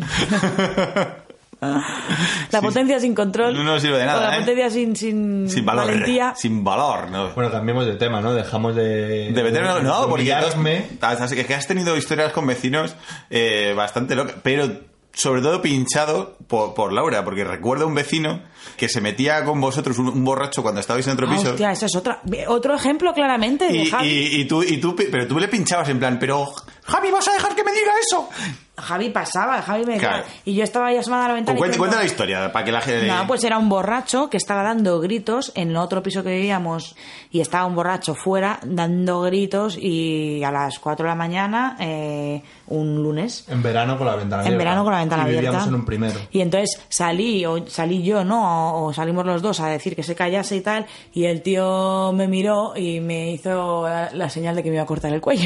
La potencia sin control. No sirve de nada, o la ¿eh? potencia sin, sin, Sin valor. valentía. Sin valor, ¿no? Bueno, cambiemos de tema, ¿no? Dejamos de... De meterme, no, porque humillarme. Así que es que has tenido historias con vecinos eh, bastante locas, pero sobre todo pinchado por, por Laura, porque recuerdo un vecino que se metía con vosotros, un, un borracho, cuando estabais en otro Ah, piso. hostia, esa es otra. Otro ejemplo claramente de Y, Javi. y, y tú, y tú, pero tú le pinchabas en plan, pero Javi, ¿vas a dejar que me diga eso? Javi pasaba, Javi me Claro. y yo estaba ahí asomada a la ventana. Cuenta, y cuenta la historia, para que la gente... No, pues era un borracho que estaba dando gritos en el otro piso que vivíamos y estaba un borracho fuera dando gritos y a las cuatro de la mañana, eh, un lunes. En verano con la ventana abierta. En verano con la ventana y abierta. vivíamos en un primero. Y entonces salí, o salí yo, ¿no? O, o salimos los dos a decir que se callase y tal. Y el tío me miró y me hizo la, la señal de que me iba a cortar el cuello.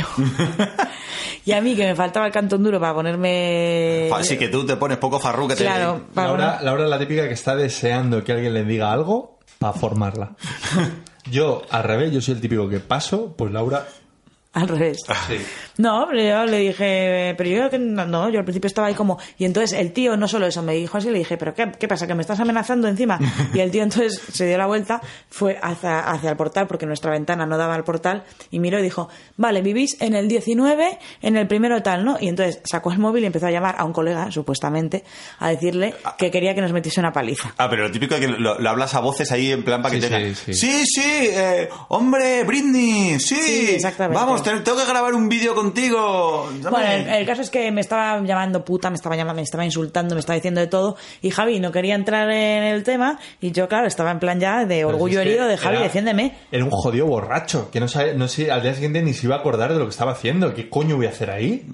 Y a mí, que me faltaba el cantón duro para ponerme... Así que tú te pones poco farruca. Te... Claro, para Laura, poner- Laura es la típica que está deseando que alguien le diga algo para formarla. Yo, al revés, yo soy el típico que paso, pues Laura... Al revés. Sí. No, pero yo le dije, pero yo que no, no, yo al principio estaba ahí como, y entonces el tío no solo eso, me dijo así, le dije, pero qué, qué pasa, que me estás amenazando encima. Y el tío entonces se dio la vuelta, fue hacia, hacia el portal, porque nuestra ventana no daba al portal, y miró y dijo, vale, vivís en el diecinueve, en el primero tal, ¿no? Y entonces sacó el móvil y empezó a llamar a un colega, supuestamente, a decirle que quería que nos metiese una paliza. Ah, pero lo típico es que lo, lo hablas a voces ahí en plan para que Sí, te... sí, sí. sí, sí, eh, hombre, Britney, sí, Sí, exactamente. Vamos, te- tengo que grabar un vídeo contigo. Dame. Bueno, el, el caso es que me estaba llamando puta, me estaba llamando, me estaba insultando, me estaba diciendo de todo, y Javi no quería entrar en el tema, y yo, claro, estaba en plan ya de orgullo Pero si es que herido de Javi, era- defiéndeme. Era un jodido borracho, que no sabe, no sé, al día siguiente ni se iba a acordar de lo que estaba haciendo. ¿Qué coño voy a hacer ahí?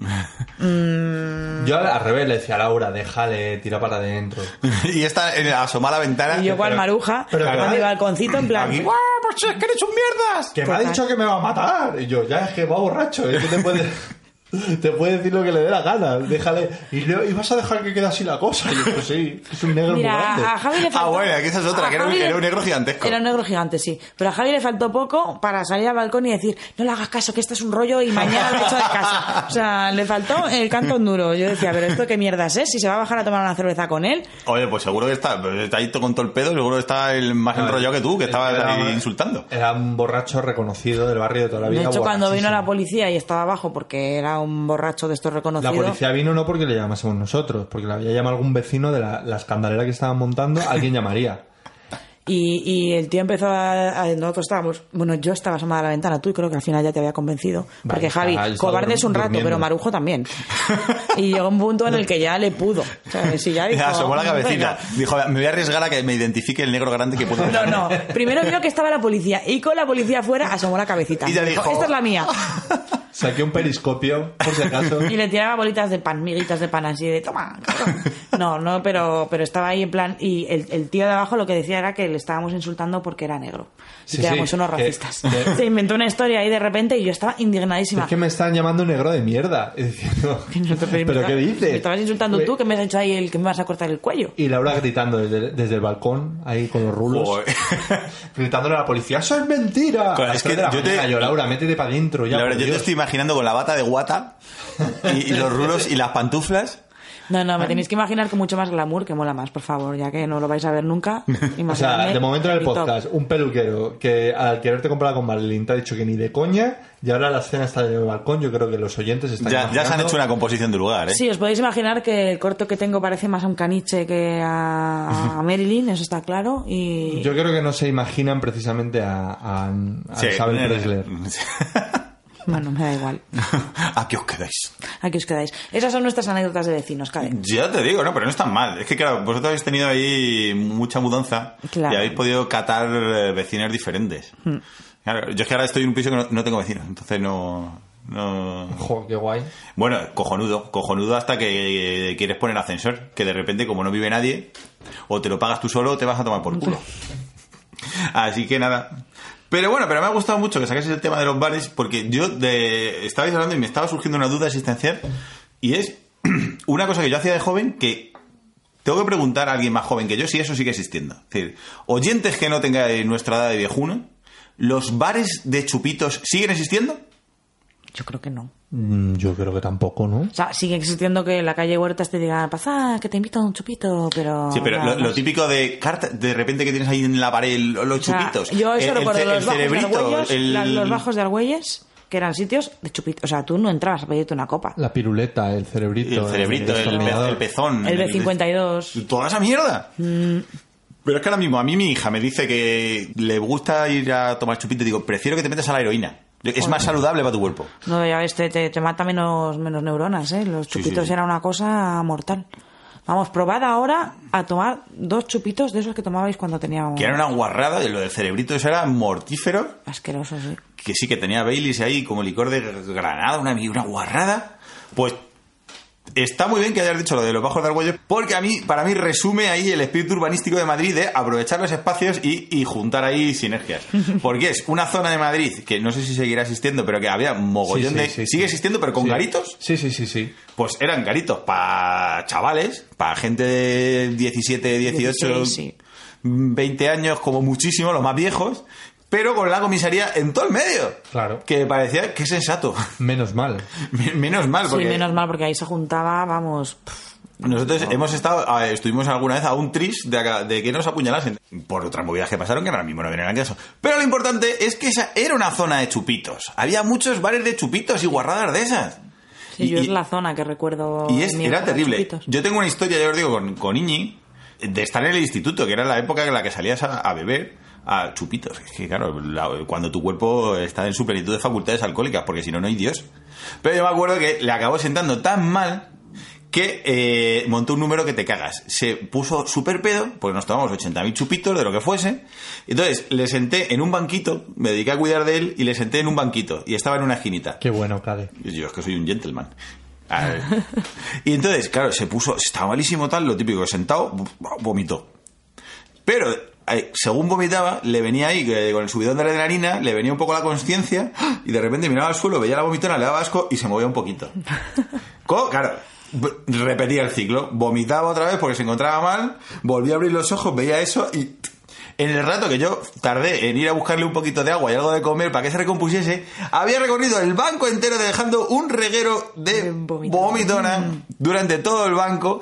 Mm. Yo al, al revés le decía a Laura, déjale, tira para adentro. Y esta eh, asoma a la ventana. Y yo cual pero- maruja, pero pero que- mi balconcito en plan... Aquí, ¡guau! Pues es que eres un mierdas. Que me ha Total. dicho que me va a matar. Y yo, ya es que va borracho, es que te puede, te puede decir lo que le dé la gana. Déjale. Y, le- y vas a dejar que quede así la cosa. Y yo, pues sí, es un negro muy Mira, grande. a Javi le faltó... Ah, bueno, aquí esa es otra, a que era un- Javi le- era un negro gigantesco. Era un negro gigante, sí. Pero a Javi le faltó poco para salir al balcón y decir, no le hagas caso, que esto es un rollo y mañana lo echo de casa. O sea, le faltó el cantón duro. Yo decía, pero esto qué mierdas es, si se va a bajar a tomar una cerveza con él. Oye, pues seguro que está, pues está ahí todo con todo el pedo, seguro que está el más enrollado que tú, que estabas Era- ahí insultando. Era un borracho reconocido del barrio de toda la vida. De hecho, cuando vino borrachísimo. la policía y estaba abajo porque era un borracho de estos La reconocidos... policía vino no porque le llamásemos nosotros, porque le había llamado algún vecino de la, la escandalera que estaban montando, alguien llamaría. Y, y el tío empezó a, a- Nosotros estábamos... Bueno, yo estaba asomada a la ventana, tú, y creo que al final ya te había convencido. Porque Vale, Javi, estaba- yo estaba cobarde es un rato, durmiendo. pero marujo también. Y llegó un punto en el que ya le pudo. O sea, si ya dijo... Ya asomó la cabecita. "Venga". Dijo, me voy a arriesgar a que me identifique el negro grande que puedo No, no. Primero vio que estaba la policía y con la policía afuera asomó la cabecita. Y ya dijo, esta es la mía. Saqué un periscopio, por si acaso. Y le tiraba bolitas de pan, miguitas de pan así de toma. cabrón". No, no, pero, pero estaba ahí en plan... Y el, el tío de abajo lo que decía era que le estábamos insultando porque era negro. Y Sí, que éramos sí, unos que- racistas. que- Se inventó una historia ahí de repente y yo estaba indignadísima. Es que me están llamando negro de mierda. Y diciendo, No te- ¿pero qué dices? Me estabas insultando tú, que me has hecho ahí el que me vas a cortar el cuello. Y Laura gritando desde, desde el balcón, ahí con los rulos, Joder. gritándole a la policía, ¡eso es mentira! Claro, A las es que tres de la yo te- mañana, yo, Laura, métete para adentro ya. La verdad, por yo te Dios". estoy imaginando con la bata de guata y, y los rulos y las pantuflas. No, no, me tenéis que imaginar con mucho más glamour, que mola más, por favor, ya que no lo vais a ver nunca. O sea, Imaginadme de momento en el y top. podcast, un peluquero que al quererte comprar con Marilyn te ha dicho que ni de coña, y ahora la escena está en el balcón, yo creo que los oyentes están Ya, ya se han imaginando- hecho una composición de lugar, ¿eh? Sí, os podéis imaginar que el corto que tengo parece más a un caniche que a, a Marilyn, eso está claro. Y Yo creo que no se imaginan precisamente a, a, a Sí. Isabel Preisler. bueno, me da igual. Aquí os quedáis. Aquí os quedáis. Esas son nuestras anécdotas de vecinos, Cade. Ya te digo, no, pero no es tan mal. Es que, claro, vosotros habéis tenido ahí mucha mudanza Claro. y habéis podido catar eh, vecinos diferentes. Claro, yo es que ahora estoy en un piso que no, no tengo vecinos, entonces no... no... Joder, qué guay. Bueno, cojonudo, cojonudo hasta que eh, quieres poner ascensor, que de repente, como no vive nadie, o te lo pagas tú solo o te vas a tomar por culo. Así que nada. Pero bueno, pero me ha gustado mucho que saquéis el tema de los bares, porque yo de estabais hablando y me estaba surgiendo una duda existencial, y es una cosa que yo hacía de joven que tengo que preguntar a alguien más joven que yo si eso sigue existiendo. Es decir, oyentes que no tengáis nuestra edad de viejuno, ¿los bares de chupitos siguen existiendo? Yo creo que no. Mm, Yo creo que tampoco, ¿no? O sea, sigue existiendo que en la calle Huertas te digan, pasa, que te invito a un chupito, pero... Sí, pero nada lo, lo más. típico de carta, de repente que tienes ahí en la pared los, los O sea, chupitos. yo eso El- el recuerdo, ce- los, el bajos de cerebrito, Argüelles, el- las- los bajos de Argüelles, que eran sitios de chupitos. O sea, tú no entrabas a pedirte una copa. La piruleta, el cerebrito. el cerebrito, el, pe- destornillador. el pezón. El B cincuenta y dos. Toda esa mierda. Mm. Pero es que ahora mismo a mí mi hija me dice que le gusta ir a tomar chupito y digo, prefiero que te metas a la heroína. Es más saludable para tu cuerpo. No, ya ves, te, te, te mata menos, menos neuronas, ¿eh? Los Sí, chupitos sí, sí. era una cosa mortal. Vamos, probad ahora a tomar dos chupitos de esos que tomabais cuando teníamos... Que era una guarrada, y lo del cerebrito eso era mortífero. Asqueroso, sí. Que sí, que tenía Baileys ahí como licor de granada, una, una guarrada. Pues está muy bien que hayas dicho lo de los bajos de Argüelles, porque a mí, para mí resume ahí el espíritu urbanístico de Madrid de aprovechar los espacios y, y juntar ahí sinergias. Porque es una zona de Madrid que no sé si seguirá existiendo, pero que había mogollón Sí, sí, de... sí, sí. ¿Sigue existiendo, pero con Sí. garitos? Sí, sí, sí, sí. Pues eran garitos para chavales, para gente de diecisiete, dieciocho, dieciséis, sí. veinte años como muchísimo, los más viejos, pero con la comisaría en todo el medio. Claro. Que parecía que sensato. Menos mal. Menos mal, porque Sí, menos mal, porque ahí se juntaba, vamos... pff, nosotros hemos estado, ah, estuvimos alguna vez a un tris de, acá- de que nos apuñalasen por otras movidas que pasaron que ahora mismo no vienen al caso. Pero lo importante es que esa era una zona de chupitos. Había muchos bares de chupitos y guarradas de esas. Sí, Y- yo y- es la zona que recuerdo... Y es, en mi era época, terrible. chupitos. Yo tengo una historia, ya os digo, con, con Iñi, de estar en el instituto, que era la época en la que salías a, a beber a chupitos. Es que, claro, la- cuando tu cuerpo está en su plenitud de facultades alcohólicas, porque si no, no hay Dios. Pero yo me acuerdo que le acabó sentando tan mal que eh, montó un número que te cagas. Se puso súper pedo, porque nos tomamos ochenta mil chupitos, de lo que fuese. Entonces, le senté en un banquito, me dediqué a cuidar de él, y le senté en un banquito, y estaba en una esquinita. Qué bueno, Cade. Y yo, es que soy un gentleman. A ver. Y entonces, claro, se puso, estaba malísimo tal, lo típico, sentado, vomitó. Pero, eh, según vomitaba, le venía ahí, eh, con el subidón de la adrenalina, le venía un poco la conciencia, y de repente miraba al suelo, veía la vomitona, le daba asco, y se movía un poquito. Co- Claro, b- repetía el ciclo, vomitaba otra vez porque se encontraba mal, volvía a abrir los ojos, veía eso, y... En el rato que yo tardé en ir a buscarle un poquito de agua y algo de comer para que se recompusiese, había recorrido el banco entero dejando un reguero de De vomitona. vomitona durante todo el banco,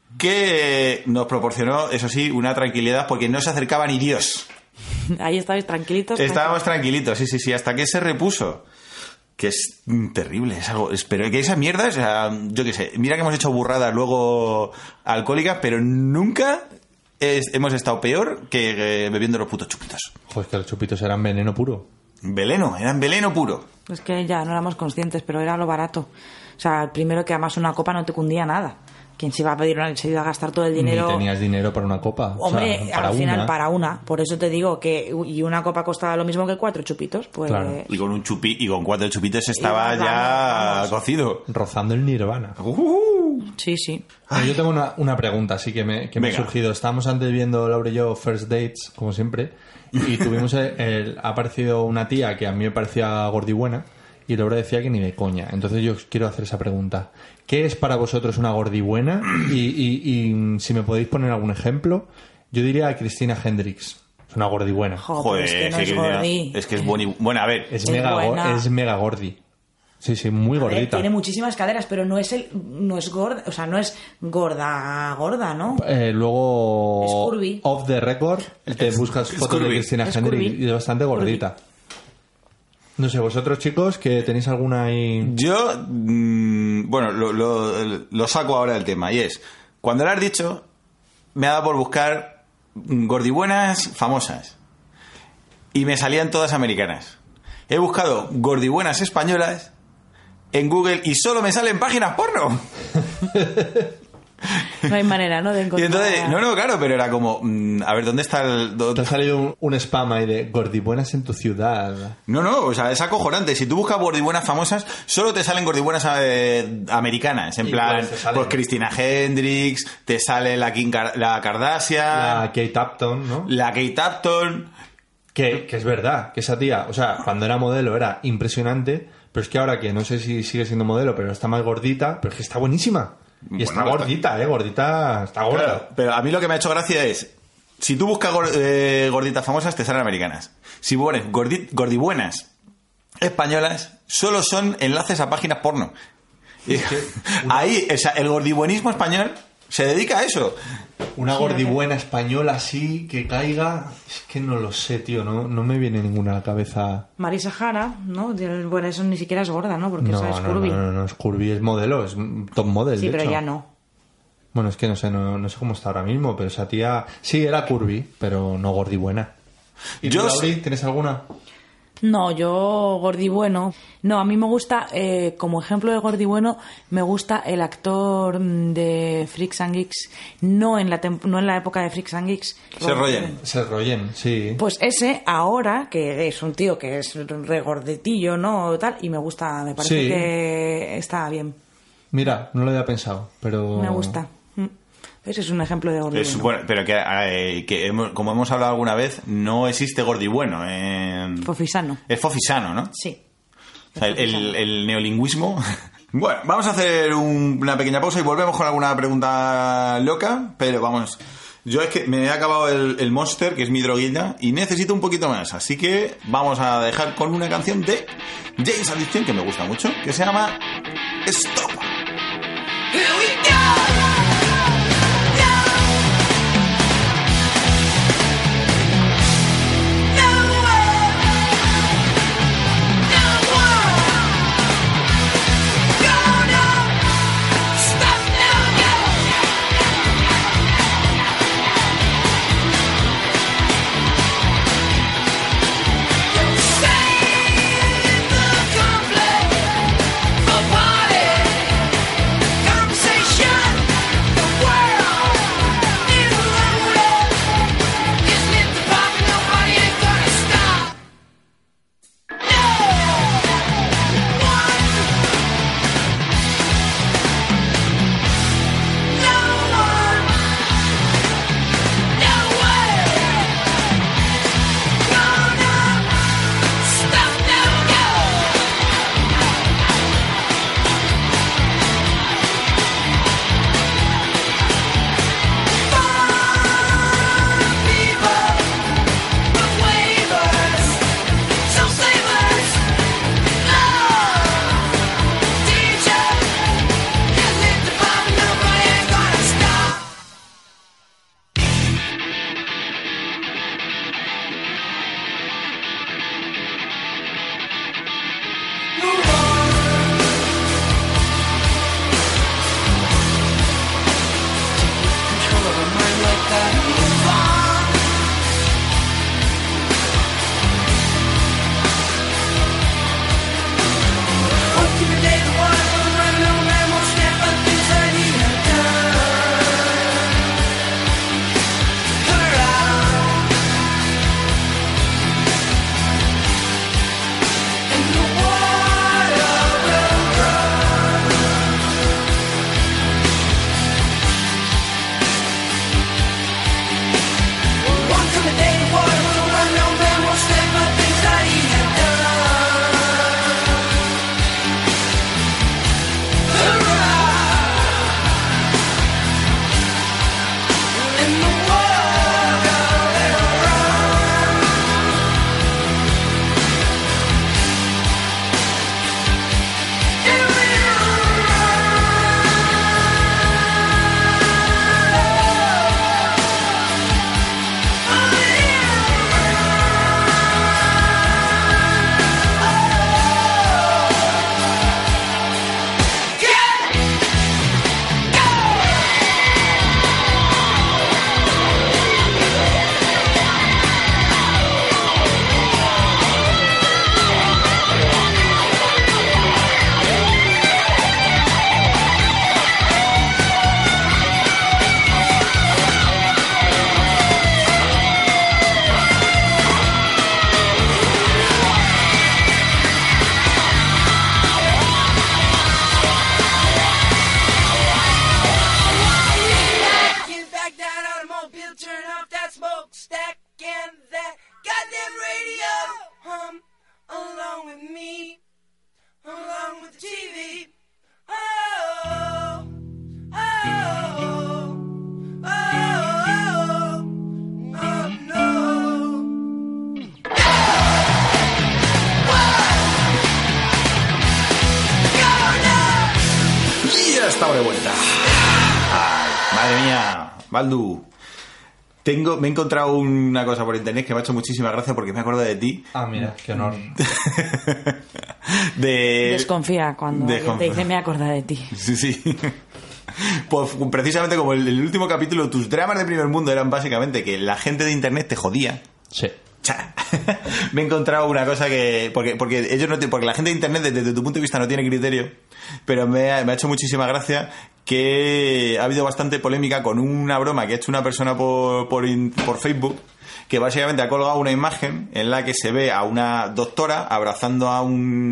que nos proporcionó, eso sí, una tranquilidad porque no se acercaba ni Dios. Ahí estabais tranquilitos. Estábamos tranquilitos, sí, sí, sí, hasta que se repuso. Que es mm, terrible, es algo. Espero que esa mierda, o sea, yo qué sé, mira que hemos hecho burradas luego alcohólicas, pero nunca es- hemos estado peor que eh, bebiendo los putos chupitos. Joder, que los chupitos eran veneno puro. Veneno, eran veneno puro. Es que ya no éramos conscientes, pero era lo barato. O sea, el primero que además una copa no te cundía nada. ¿Quién se iba a pedir una, se iba a gastar todo el dinero? Ni tenías dinero para una copa. O Hombre, sea, para al final una. para una. Por eso te digo que y una copa costaba lo mismo que cuatro chupitos. Pues Claro. Y con un chupi y con cuatro chupitos estaba Y ya vamos, vamos. cocido. Rozando el nirvana. Uh, sí, sí. Bueno, yo tengo una, una pregunta, así que me, que me ha Venga. surgido. Estábamos antes viendo, Laura y yo, First Dates, como siempre, y tuvimos el, el- ha aparecido una tía que a mí me parecía gordibuena, y Laura decía que ni de coña. Entonces yo os quiero hacer esa pregunta. ¿Qué es para vosotros una gordibuena? Y, y, y si me podéis poner algún ejemplo, yo diría a Cristina Hendricks. Es una gordibuena. Jo, joder, pero es que no que es Cristina- gordi. es que es boni. Bueno, a ver, Es, Es mega, go- buena. es mega gordi. Sí, sí, muy A ver, gordita. tiene muchísimas caderas, pero no es el, no es gorda, o sea, no es gorda, gorda, ¿no? Eh, luego, Es curvy. off the record, te buscas es fotos de curvy. Cristina Es Hendricks curvy. y es bastante gordita. No sé, vosotros chicos, que tenéis alguna ahí... yo, mm, bueno, lo, lo- lo saco ahora del tema, y es, cuando lo has dicho, me ha dado por buscar gordibuenas famosas, y me salían todas americanas. He buscado gordibuenas españolas en Google y solo me salen páginas porno. No hay manera, ¿no? De Y encontrar... entonces, no, no, claro, pero era como, mm, a ver, ¿dónde está el...? Te dónde- ha salido un, un spam ahí de gordibuenas en tu ciudad. No, no, o sea, es acojonante. Si tú buscas gordibuenas famosas, solo te salen gordibuenas eh, americanas. En ¿Y plan, cuáles te salen? pues Cristina Hendricks, te sale la, Kim Kar- la Kardashian, La Kate Upton, ¿no? la Kate Upton. Que, que es verdad, que esa tía, o sea, cuando era modelo era impresionante, pero es que ahora que no sé si sigue siendo modelo, pero está más gordita, pero es que está buenísima. Y Bueno, está está- gordita, ¿eh? Gordita, está gorda. Claro, pero a mí lo que me ha hecho gracia es, si tú buscas gor- eh, gorditas famosas, te salen americanas. Si pones gordi- gordibuenas españolas, solo son enlaces a páginas porno. Y- ahí, o sea, el gordibuenismo español se dedica a eso. Una gordibuena española así, que caiga, es que no lo sé, tío, no, no me viene ninguna a la cabeza. Marisa Jara, ¿no? Bueno, eso ni siquiera es gorda, ¿no? Porque No, esa es no, curvy. no, no, no, es curvy, es modelo, es top model, Sí, de pero hecho. ya no. Bueno, es que no sé, no, no sé cómo está ahora mismo, pero esa tía sí era curvy, pero no gordibuena. ¿Y Yo tú, s- Lauri, tienes alguna? No, yo Gordi Bueno. No, a mí me gusta, eh, como ejemplo de Gordi Bueno, me gusta el actor de Freaks and Geeks, no en la tem- no en la época de Freaks and Geeks. Seth Rogen. Seth Rogen, sí. Pues ese ahora, que es un tío que es regordetillo, ¿no? Tal, y me gusta, me parece Sí. que está bien. Mira, no lo había pensado, pero... Me gusta. Mm. Ese es un ejemplo de Gordi Es, Bueno. bueno, pero que, eh, que hemos- como hemos hablado alguna vez, no existe Gordi Bueno. eh, Fofisano. es Fofisano, ¿no? Sí. O sea, el, el- el neolingüismo. Bueno, vamos a hacer un- una pequeña pausa y volvemos con alguna pregunta loca, pero vamos. Yo es que me he acabado el, el Monster, que es mi droguilla, y necesito un poquito más. Así que vamos a dejar con una canción de James Addiction, que me gusta mucho, que se llama Stop. Here we go! estado de vuelta. Ay, madre mía, Baldu. Tengo, me he encontrado una cosa por internet que me ha hecho muchísima gracia porque me acuerdo de ti. Ah, mira, qué honor. de... Desconfía cuando de... alguien te dice me acuerdo de ti. Sí, sí. Pues precisamente como el, el último capítulo, tus dramas de primer mundo eran básicamente que la gente de internet te jodía. Sí. Cha. me he encontrado una cosa que... Porque, porque ellos no te, porque la gente de internet, desde tu punto de vista, no tiene criterio, pero me ha, me ha hecho muchísima gracia que ha habido bastante polémica con una broma que ha hecho una persona por, por, por Facebook, que básicamente ha colgado una imagen en la que se ve a una doctora abrazando a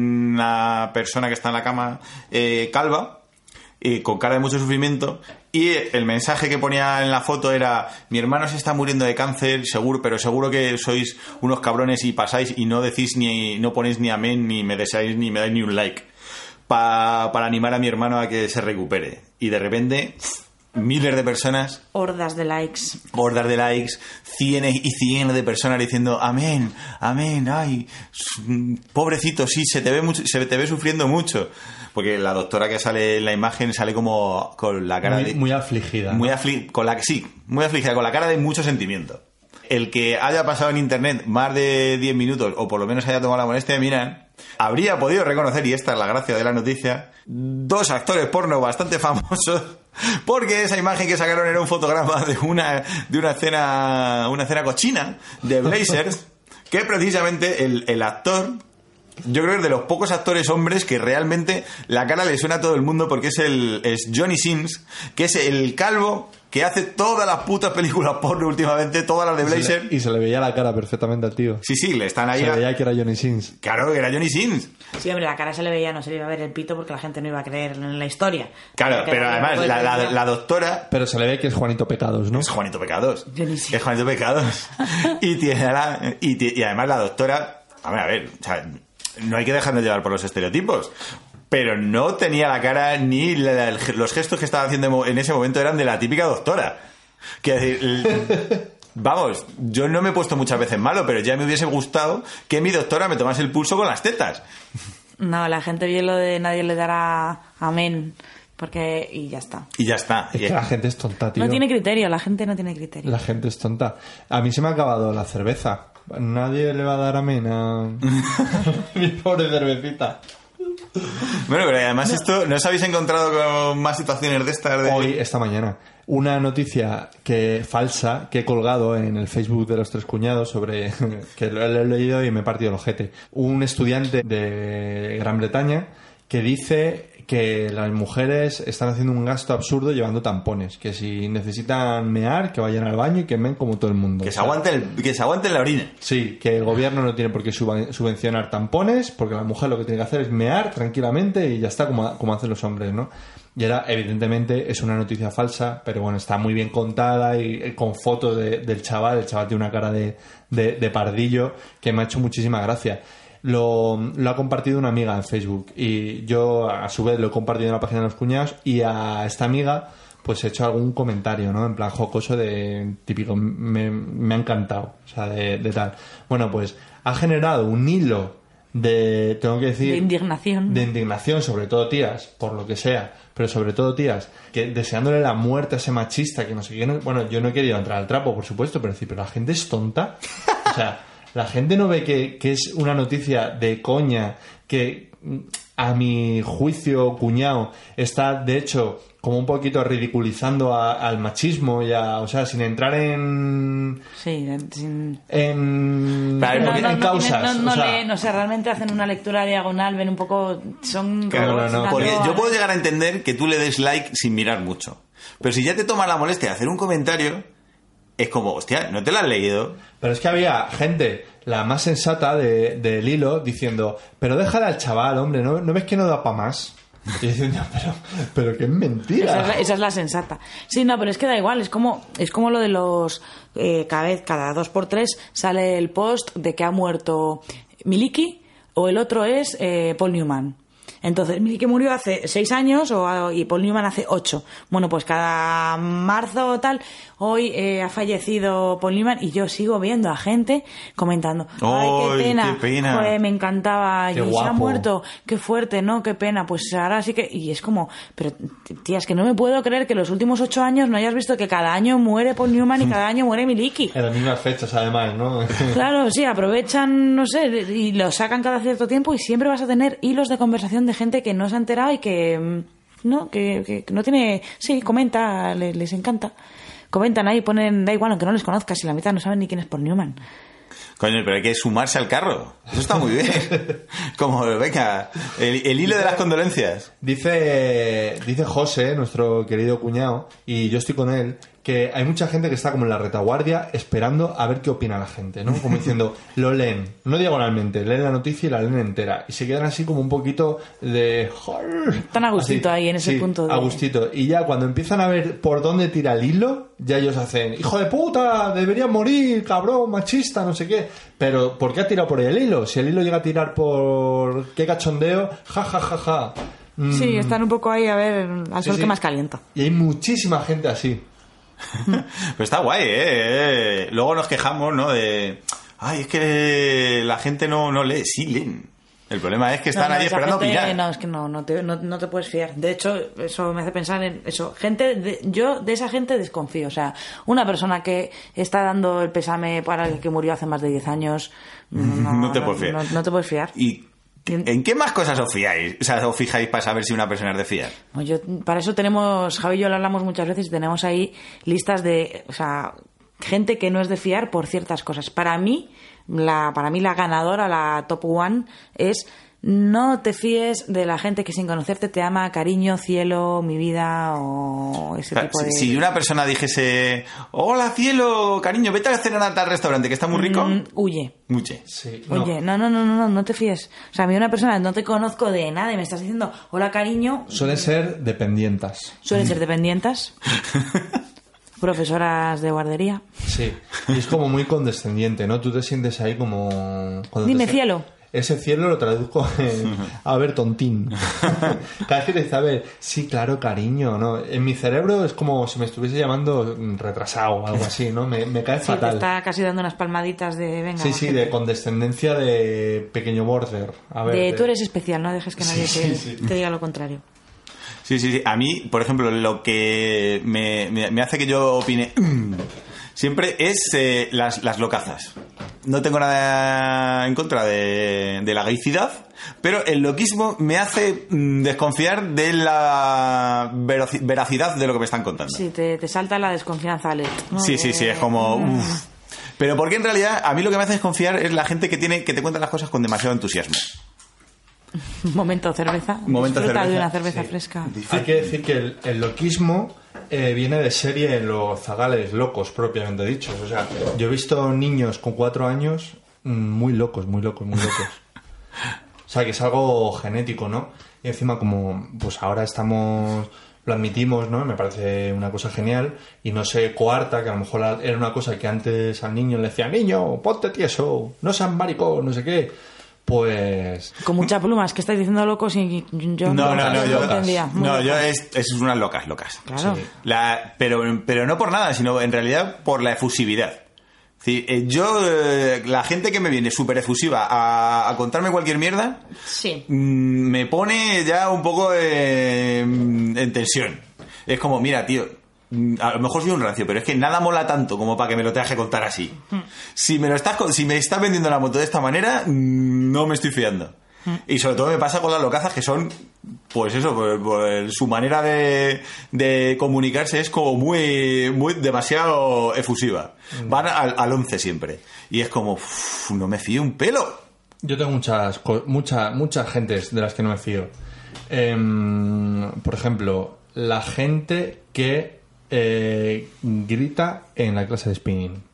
una persona que está en la cama eh, calva, y con cara de mucho sufrimiento, y el mensaje que ponía en la foto era: mi hermano se está muriendo de cáncer, seguro, pero seguro que sois unos cabrones y pasáis y no decís ni, no ponéis ni amén, ni me deseáis, ni me dais ni un like pa, para animar a mi hermano a que se recupere. Y de repente, miles de personas, hordas de likes, hordas de likes, cientos y cientos de personas diciendo amén, amén, ay, pobrecito, sí, se te ve mucho, se te ve sufriendo mucho, porque la doctora que sale en la imagen sale como con la cara muy, de, muy afligida, muy ¿no? afli, con la sí, muy afligida, con la cara de mucho sentimiento. El que haya pasado en internet más de diez minutos, o por lo menos haya tomado la molestia de mirar, habría podido reconocer, y esta es la gracia de la noticia, dos actores porno bastante famosos, porque esa imagen que sacaron era un fotograma de una de una escena una escena cochina de Blazers, que precisamente el, el actor, yo creo que es de los pocos actores hombres que realmente la cara le suena a todo el mundo, porque es el es Johnny Sins, que es el calvo que hace todas las putas películas porno últimamente, todas las de Blazer. Y se le veía la cara perfectamente al tío. Sí, sí, le están ahí. Se a... veía que era Johnny Sins. Claro, que era Johnny Sins. Sí, hombre, la cara se le veía, no se le iba a ver el pito porque la gente no iba a creer en la historia. Claro, pero además la, la, la doctora... Pero se le ve que es Juanito Pecados, ¿no? Es Juanito Pecados. Johnny Sins. Es Juanito Pecados. y, tiene la, y, y además la doctora... A ver, a ver, o sea, no hay que dejarnos llevar por los estereotipos, pero no tenía la cara ni la, la, los gestos que estaba haciendo en ese momento eran de la típica doctora. Que decir, vamos, yo no me he puesto muchas veces malo, pero ya me hubiese gustado que mi doctora me tomase el pulso con las tetas. No, la gente vio lo de nadie le dará amén, porque y ya está. Y ya está. Es que la gente es tonta, tío. No tiene criterio, la gente no tiene criterio. La gente es tonta. A mí se me ha acabado la cerveza. Nadie le va a dar amén a mi pobre cervecita. Bueno, pero además no. Esto, ¿no os habéis encontrado con más situaciones de estas? De... Hoy, esta mañana, una noticia que falsa que he colgado en el Facebook de los tres cuñados sobre que lo he leído y me he partido el ojete. Un estudiante de Gran Bretaña que dice que las mujeres están haciendo un gasto absurdo llevando tampones, que si necesitan mear, que vayan al baño y que meen como todo el mundo. Que o se sea, aguanten el, que se aguanten la orina. Sí, que el gobierno no tiene por qué subvencionar tampones, porque la mujer lo que tiene que hacer es mear tranquilamente y ya está, como, como hacen los hombres, ¿no? Y ahora, evidentemente, es una noticia falsa, pero bueno, está muy bien contada y, y con fotos de, del chaval. El chaval tiene una cara de, de, de pardillo que me ha hecho muchísima gracia. Lo, lo ha compartido una amiga en Facebook y yo a su vez lo he compartido en la página de los cuñados, y a esta amiga pues he hecho algún comentario, ¿no? En plan jocoso de típico, me, me ha encantado, o sea, de, de tal. Bueno, pues ha generado un hilo de, tengo que decir... De indignación. De indignación, sobre todo tías, por lo que sea, pero sobre todo tías, que deseándole la muerte a ese machista, que no sé qué... No, bueno, yo no he querido entrar al trapo, por supuesto, pero decir, pero la gente es tonta. O sea... La gente no ve que, que es una noticia de coña, que a mi juicio cuñado está, de hecho, como un poquito ridiculizando a, al machismo, y a, o sea, sin entrar en... Sí, sin... En, no, en, no, en no, causas. No, no, o sea, leen, o sea, realmente hacen una lectura diagonal, ven un poco... Son claro, robots, no, no, porque robots. yo puedo llegar a entender que tú le des like sin mirar mucho. Pero si ya te tomas la molestia de hacer un comentario, es como, hostia, ¿no te lo has leído? Pero es que había gente, la más sensata de, del hilo, diciendo, pero déjale al chaval, hombre, ¿no, ¿no ves que no da para más? Y diciendo, pero, pero que es mentira. Esa es, la, esa es la sensata. Sí, no, pero es que da igual, es como, es como lo de los... Eh, cada vez, cada dos por tres sale el post de que ha muerto Miliki, o el otro es eh, Paul Newman. Entonces, Miliki murió hace seis años o, y Paul Newman hace ocho. Bueno, pues cada marzo o tal, hoy eh, ha fallecido Paul Newman y yo sigo viendo a gente comentando, ¡ay, qué pena! Qué pena. Joder, me encantaba, qué y se guapo. ha muerto, qué fuerte, ¿no? Qué pena. Pues ahora sí que... Y es como, pero tía, es que no me puedo creer que los últimos ocho años no hayas visto que cada año muere Paul Newman y cada año muere Miliki. En las mismas fechas, además, ¿no? Claro, sí, aprovechan, no sé, y lo sacan cada cierto tiempo y siempre vas a tener hilos de conversación de gente que no se ha enterado y que no, que, que, que no tiene... Sí, comenta, les, les encanta. Comentan ahí, ponen, da igual, aunque no les conozcas, y la mitad no saben ni quién es Paul Newman. Coño, pero hay que sumarse al carro. Eso está muy bien. Como, venga, el, el hilo de las condolencias. Dice, dice José, nuestro querido cuñado, y yo estoy con él, que hay mucha gente que está como en la retaguardia esperando a ver qué opina la gente, ¿no? Como diciendo, lo leen, no diagonalmente, leen la noticia y la leen entera. Y se quedan así como un poquito de... Están a gustito así, ahí en ese sí, punto de... a gustito. Y ya cuando empiezan a ver por dónde tira el hilo, ya ellos hacen, hijo de puta, deberían morir, cabrón, machista, no sé qué. Pero, ¿por qué ha tirado por el hilo? Si el hilo llega a tirar por... qué cachondeo, ja, ja, ja, ja. Mm. Sí, están un poco ahí a ver al Sí, sol sí. que más calienta. Y hay muchísima gente así. Pues está guay, ¿eh? Luego nos quejamos, ¿no? De... Ay, es que la gente no, no lee. Sí, leen. El problema es que están No, no, ahí esa esperando gente, opinar. No, es que no, no te, no, no te puedes fiar. De hecho, eso me hace pensar en eso. Gente, de, yo de esa gente desconfío. O sea, una persona que está dando el pésame para el que murió hace más de diez años, no, No te puedes fiar. No, no te puedes fiar. ¿Y en qué más cosas os fiáis? O sea, os fijáis para saber si una persona es de fiar. No, yo, para eso tenemos, Javi y yo lo hablamos muchas veces y tenemos ahí listas de, o sea, gente que no es de fiar por ciertas cosas. Para mí, la, para mí la ganadora, la top one, es no te fíes de la gente que sin conocerte te ama, cariño, cielo, mi vida o ese O sea, tipo si, de... si una persona dijese, hola cielo, cariño, vete a cenar a tal restaurante que está muy rico, Mm, huye. muche. Sí, no. Oye, no, no, no, no, no, no te fíes. O sea, a mí una persona no te conozco de nada y me estás diciendo, hola cariño, Suelen ser dependientas. suelen ser dependientes, profesoras de guardería. Sí. Y es como muy condescendiente, ¿no? Tú te sientes ahí como... cuando Dime, te- cielo. Ese cielo lo traduzco en... A ver, tontín. Cada vez que te dice, a ver, sí, claro, cariño, ¿no? En mi cerebro es como si me estuviese llamando retrasado o algo así, ¿no? Me, me cae Sí, te fatal. está casi dando unas palmaditas de venga. Sí, sí, bájate. de condescendencia de pequeño border. A ver, De de- tú eres especial, no dejes que nadie Sí, te, sí, sí. te diga lo contrario. Sí, sí, sí. A mí, por ejemplo, lo que me, me, me hace que yo opine siempre es eh, las, las locazas. No tengo nada en contra de, de la gaicidad, pero el loquismo me hace mm, desconfiar de la veroci- veracidad de lo que me están contando. Sí, te, te salta la desconfianza, Ale. No, Sí, sí, sí, es como... uf. Pero porque en realidad a mí lo que me hace desconfiar es la gente que tiene que te cuenta las cosas con demasiado entusiasmo. Momento cerveza. Momento Disfruta cerveza, de una cerveza sí. fresca. Hay que decir que el, el loquismo eh, viene de serie en los zagales locos, propiamente dichos. O sea, yo he visto niños con cuatro años mm, muy locos, muy locos, muy locos. O sea, que es algo genético, ¿no? Y encima como, pues ahora estamos... Lo admitimos, ¿no? Me parece una cosa genial y no se coarta, que a lo mejor era una cosa que antes al niño le decía, niño, ponte tieso, no seas maricón, no sé qué. Pues... Con muchas plumas, que estáis diciendo locos y yo No, no, no, yo, entendía. Muy no, locas. yo es, es unas locas, locas. Claro. Sí. La, pero, pero no por nada, sino en realidad por la efusividad. Es decir, eh, yo, eh, la gente que me viene súper efusiva a, a contarme cualquier mierda, Sí. mm, me pone ya un poco eh, en tensión. Es como, mira, tío, mm, a lo mejor soy un rancio, pero es que nada mola tanto como para que me lo tengas que contar así. Si me lo estás, con- si me estás vendiendo la moto de esta manera, mm, no me estoy fiando. Y sobre todo me pasa con las locazas que son, pues eso, pues, pues, su manera de, de comunicarse es como muy, muy demasiado efusiva. Van al, al once siempre. Y es como, uff, no me fío un pelo. Yo tengo muchas, co- mucha, muchas gentes de las que no me fío. Em, por ejemplo, la gente que eh, grita en la clase de spinning.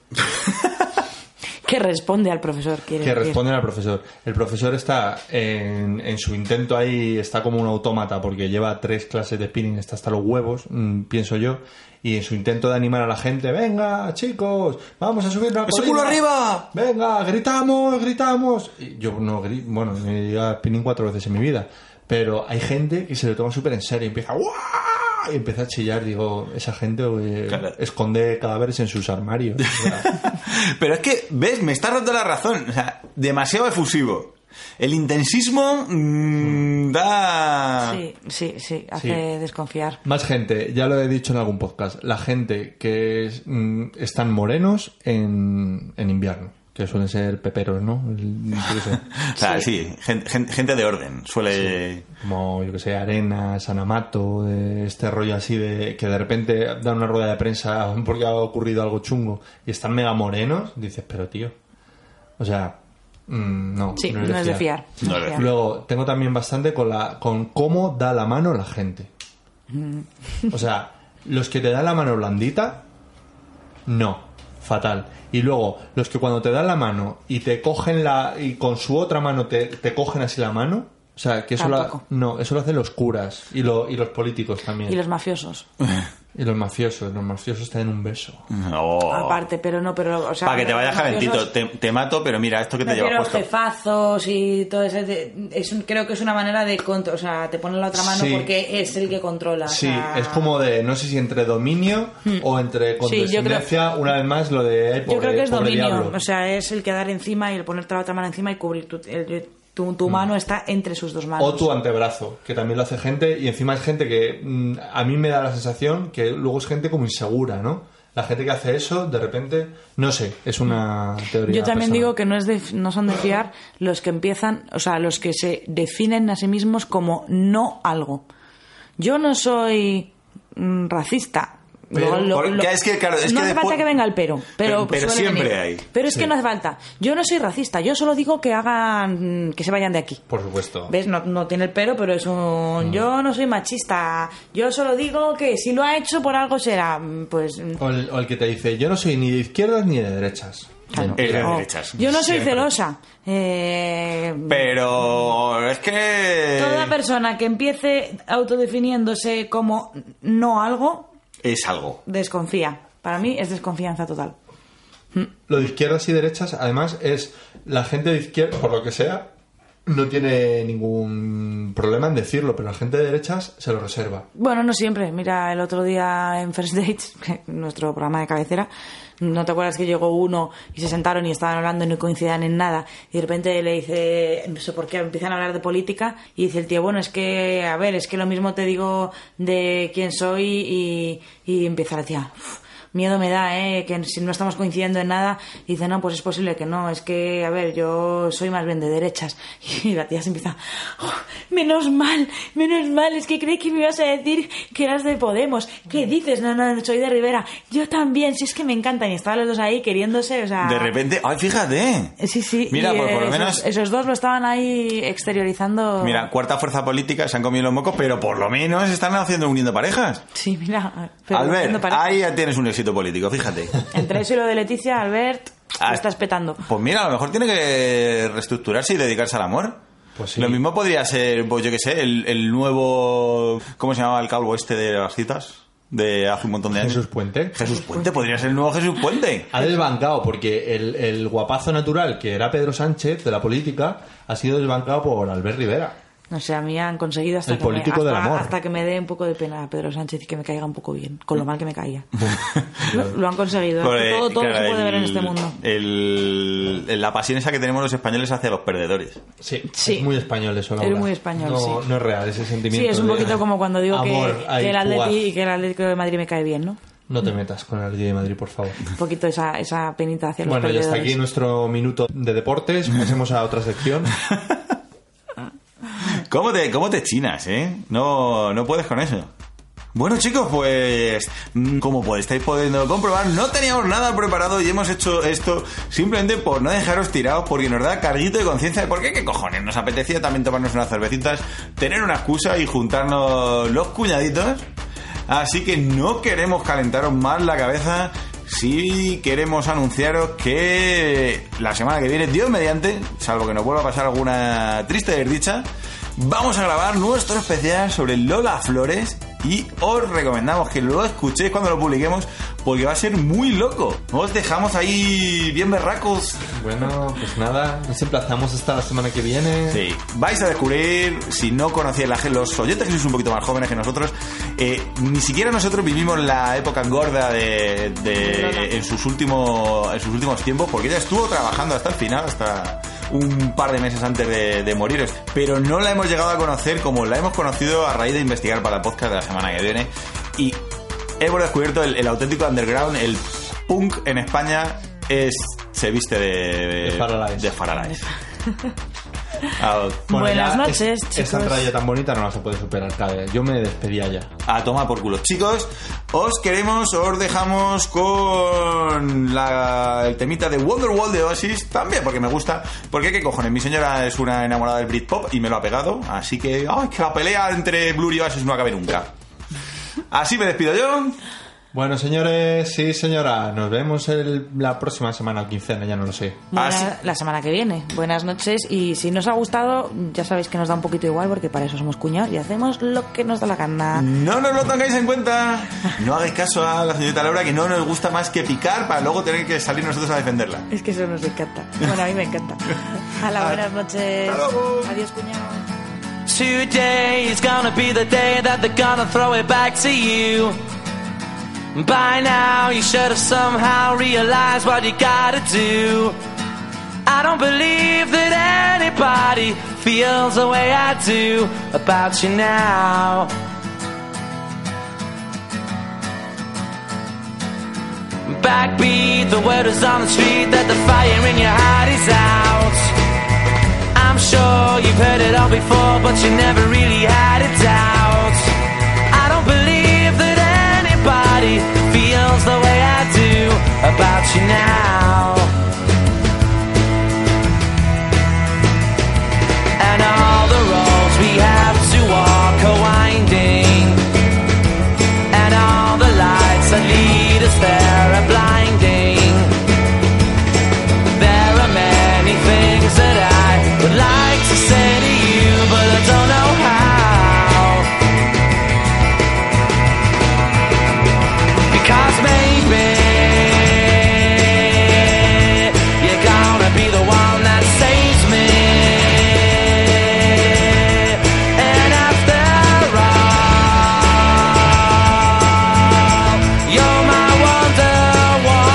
Que responde al profesor. quiere Que decir. responden al profesor. El profesor está en, en su intento ahí, está como un autómata porque lleva tres clases de spinning, está hasta los huevos, mmm, pienso yo. Y en su intento de animar a la gente, venga, chicos, vamos a subir una ¡Ese colina. culo arriba! Venga, gritamos, gritamos. Y yo no grito, bueno, me he llegado a spinning cuatro veces en mi vida. Pero hay gente que se lo toma súper en serio y empieza ¡guau! Y empieza a chillar. Digo, esa gente eh, Claro. esconde cadáveres en sus armarios. O sea, Pero es que, ¿ves? Me está dando la razón. O sea, demasiado efusivo. El intensismo mmm, da... Sí, sí, sí, hace Sí. desconfiar. más gente, ya lo he dicho en algún podcast, la gente que es, mm, están morenos en, en invierno, que suelen ser peperos, ¿no? El- yo qué sé, O sea, sí, gente, gente- gente de orden. Suele... como, yo que sé, Arena, Sanamato, de este rollo así de que de repente dan una rueda de prensa porque ha ocurrido algo chungo y están mega morenos, dices, pero tío, O sea, mmm, no. Sí, no no es de fiar. No es de fiar. Luego, tengo también bastante con, la, con cómo da la mano la gente. O sea, los que te dan la mano blandita, no, fatal. Y luego, los que cuando te dan la mano y te cogen la... y con su otra mano te, te cogen así la mano, o sea, que eso Tampoco. la, no, eso lo hacen los curas y, lo, y los políticos también. Y los mafiosos. Y los mafiosos, los mafiosos te dan un beso. Oh. Aparte, pero no, pero... O sea, Para que te vayas los calentito. mafiosos- Te, te mato, pero mira, esto que te Me llevas refiero a puesto. jefazos y todo eso. de- Es un- creo que es una manera de... contro- O sea, te ponen la otra mano Sí. porque es el que controla. o Sí, sea, es como de, no sé si entre dominio o entre Sí, yo creo- condescendencia, una vez más lo de... ay, Yo pobre- creo que es pobre dominio. diablo. O sea, es el quedar encima y el ponerte la otra mano encima y cubrir tu... el- tu, tu mano está entre sus dos manos. O tu antebrazo, que también lo hace gente, y encima es gente que mm, a mí me da la sensación que luego es gente como insegura, ¿no? La gente que hace eso, de repente, no sé, es una teoría. Yo también personal. digo que no es de- no son de fiar los que empiezan, o sea, los que se definen a sí mismos como no algo. Yo no soy mm, racista. Pero, porque es que, claro, es no que hace después- falta que venga el pero, pero, Pero- pero suele siempre venir. hay. Pero es Sí. que no hace falta. Yo no soy racista, yo solo digo que hagan, que se vayan de aquí. Por supuesto. ¿Ves? No, no tiene el pero, pero es un... Yo no soy machista. Yo solo digo que si lo ha hecho por algo será. Pues... O el, o el que te dice, yo no soy ni de izquierdas ni de derechas. claro. Es de O, derechas. yo no soy Siempre. celosa. Eh, Pero es que... Toda persona que empiece autodefiniéndose como no algo, Es algo. desconfía. Para mí es desconfianza total. Lo de izquierdas y derechas, además, es la gente de izquierda, por lo que sea, no tiene ningún problema en decirlo, pero la gente de derechas se lo reserva. Bueno, no siempre. Mira, el otro día en First Dates, nuestro programa de cabecera, ¿no te acuerdas que llegó uno y se sentaron y estaban hablando y no coincidían en nada? Y de repente le dice, no sé por qué, empiezan a hablar de política y dice el tío, bueno, es que, a ver, es que lo mismo te digo de quién soy y, y empieza la tía, "Uf, miedo me da, ¿eh? Que si no estamos coincidiendo en nada". Y dice, no, pues es posible que no. Es que, a ver, yo soy más bien de derechas. Y la tía se empieza, "Oh, menos mal, menos mal. Es que creí que me ibas a decir que eras de Podemos. ¿Qué dices? No, no, soy de Rivera. Yo también, si es que me encantan". Y estaban los dos ahí queriéndose, o sea... De repente... ¡Ay, fíjate! Sí, sí. Mira, y, pues por lo esos, menos... esos dos lo estaban ahí exteriorizando. Mira, cuarta fuerza política, se han comido los mocos, pero por lo menos están haciendo uniendo parejas. Sí, mira. pero Albert, haciendo pareja. ahí ya tienes un éxito político, fíjate. Entre eso y lo de Leticia, Albert, Ah, lo estás petando. Pues mira, a lo mejor tiene que reestructurarse y dedicarse al amor. Pues sí. Lo mismo podría ser, pues yo qué sé, el, el nuevo... ¿Cómo se llamaba el calvo este de las citas? De hace un montón de años. Jesús Puente. Jesús Puente, podría ser el nuevo Jesús Puente. Ha desbancado porque el, el guapazo natural que era Pedro Sánchez de la política ha sido desbancado por Albert Rivera. No sé, a mí han conseguido hasta, El que me, político hasta, del amor. hasta que me dé un poco de pena a Pedro Sánchez y que me caiga un poco bien, con lo mal que me caía. lo, lo han conseguido. Pues, todo todo claro, se puede el- ver en este mundo. el- el- la pasión esa que tenemos los españoles hacia los perdedores. Sí, Sí. es muy español eso, Es Laura. muy español, no, sí. No es real ese sentimiento. Sí, es un de poquito como cuando digo amor que, ahí que el fugaz. Atleti y que el Atlético de Madrid me cae bien, ¿no? No te metas con el Atlético de Madrid, por favor. Un poquito esa, esa penita hacia los Bueno, ya perdedores. está aquí nuestro minuto de deportes. Pasemos a otra sección. ¿Cómo te, cómo te chinas, eh? No, no puedes con eso. Bueno, chicos, pues mm, como pues estáis pudiendo comprobar, no teníamos nada preparado y hemos hecho esto simplemente por no dejaros tirados, porque nos da carguito de conciencia de por qué, qué cojones, nos apetecía también tomarnos unas cervecitas, tener una excusa y juntarnos los cuñaditos. Así que no queremos calentaros más la cabeza. Sí queremos anunciaros que la semana que viene, Dios mediante, salvo que nos vuelva a pasar alguna triste desdicha, vamos a grabar nuestro especial sobre Lola Flores y os recomendamos que lo escuchéis cuando lo publiquemos porque va a ser muy loco. Os dejamos ahí bien berracos. Bueno, pues nada, nos emplazamos hasta la semana que viene. Sí, vais a descubrir, si no conocíais la gente, los oyentes que sois un poquito más jóvenes que nosotros, eh, ni siquiera nosotros vivimos la época gorda de, de en sus últimos en sus últimos tiempos, porque ella estuvo trabajando hasta el final, hasta un par de meses antes de, de morir, pero no la hemos llegado a conocer como la hemos conocido a raíz de investigar para el podcast de la semana que viene. Y hemos descubierto el, el auténtico underground, el punk en España es se viste de De Faralaes. de Faralaes. Adiós. Bueno, Buenas ya noches, es- chicos. Esta entrada tan bonita no la se puede superar, cabe. Yo me despedía ya. A tomar por culo. Chicos, os queremos, os dejamos con la, el temita de Wonderwall de Oasis, también porque me gusta, porque qué cojones, mi señora es una enamorada del Britpop y me lo ha pegado, así que, ay, que la pelea entre Blur y Oasis no acabe nunca. Así me despido yo. Bueno, señores, sí, señora, nos vemos el- la próxima semana o quincena, ya no lo sé. Buena- Así- la semana que viene. Buenas noches y si nos ha gustado, ya sabéis que nos da un poquito igual porque para eso somos cuñados y hacemos lo que nos da la gana. No nos lo tengáis en cuenta. No hagáis caso a la señorita Laura, que no nos gusta más que picar para luego tener que salir nosotros a defenderla. Es que eso nos encanta. Bueno, a mí me encanta. Hala, buenas noches. Hasta luego. Adiós, cuñado. Today is gonna be the day that they're gonna throw it back to you. By now you should have somehow realized what you gotta do. I don't believe that anybody feels the way I do about you now. Backbeat, the word is on the street that the fire in your heart is out. I'm sure you've heard it all before, but you never really had a doubt. I don't believe that anybody feels the way I do about you now. And all the roads we have to walk are winding, and all the lights that lead us there are blinding. There are many things that I would like to say to you, but I don't know how. Because maybe you're gonna be the one that saves me. And after all, you're my Wonderwall.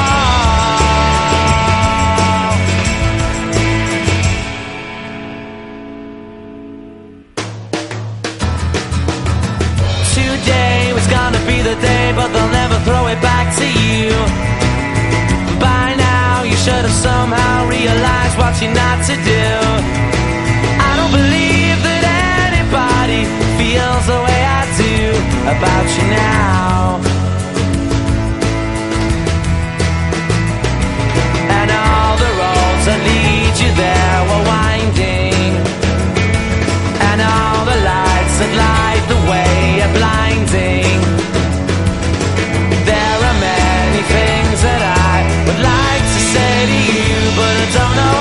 Today was gonna be the day, but they'll never throw it back to you. By now you should have somehow realized what you're not to do. I don't believe that anybody feels the way I do about you now. And all the roads that lead you there were winding, and all the lights that light the way are blinding. There are many things that I would like to say to you, but I don't know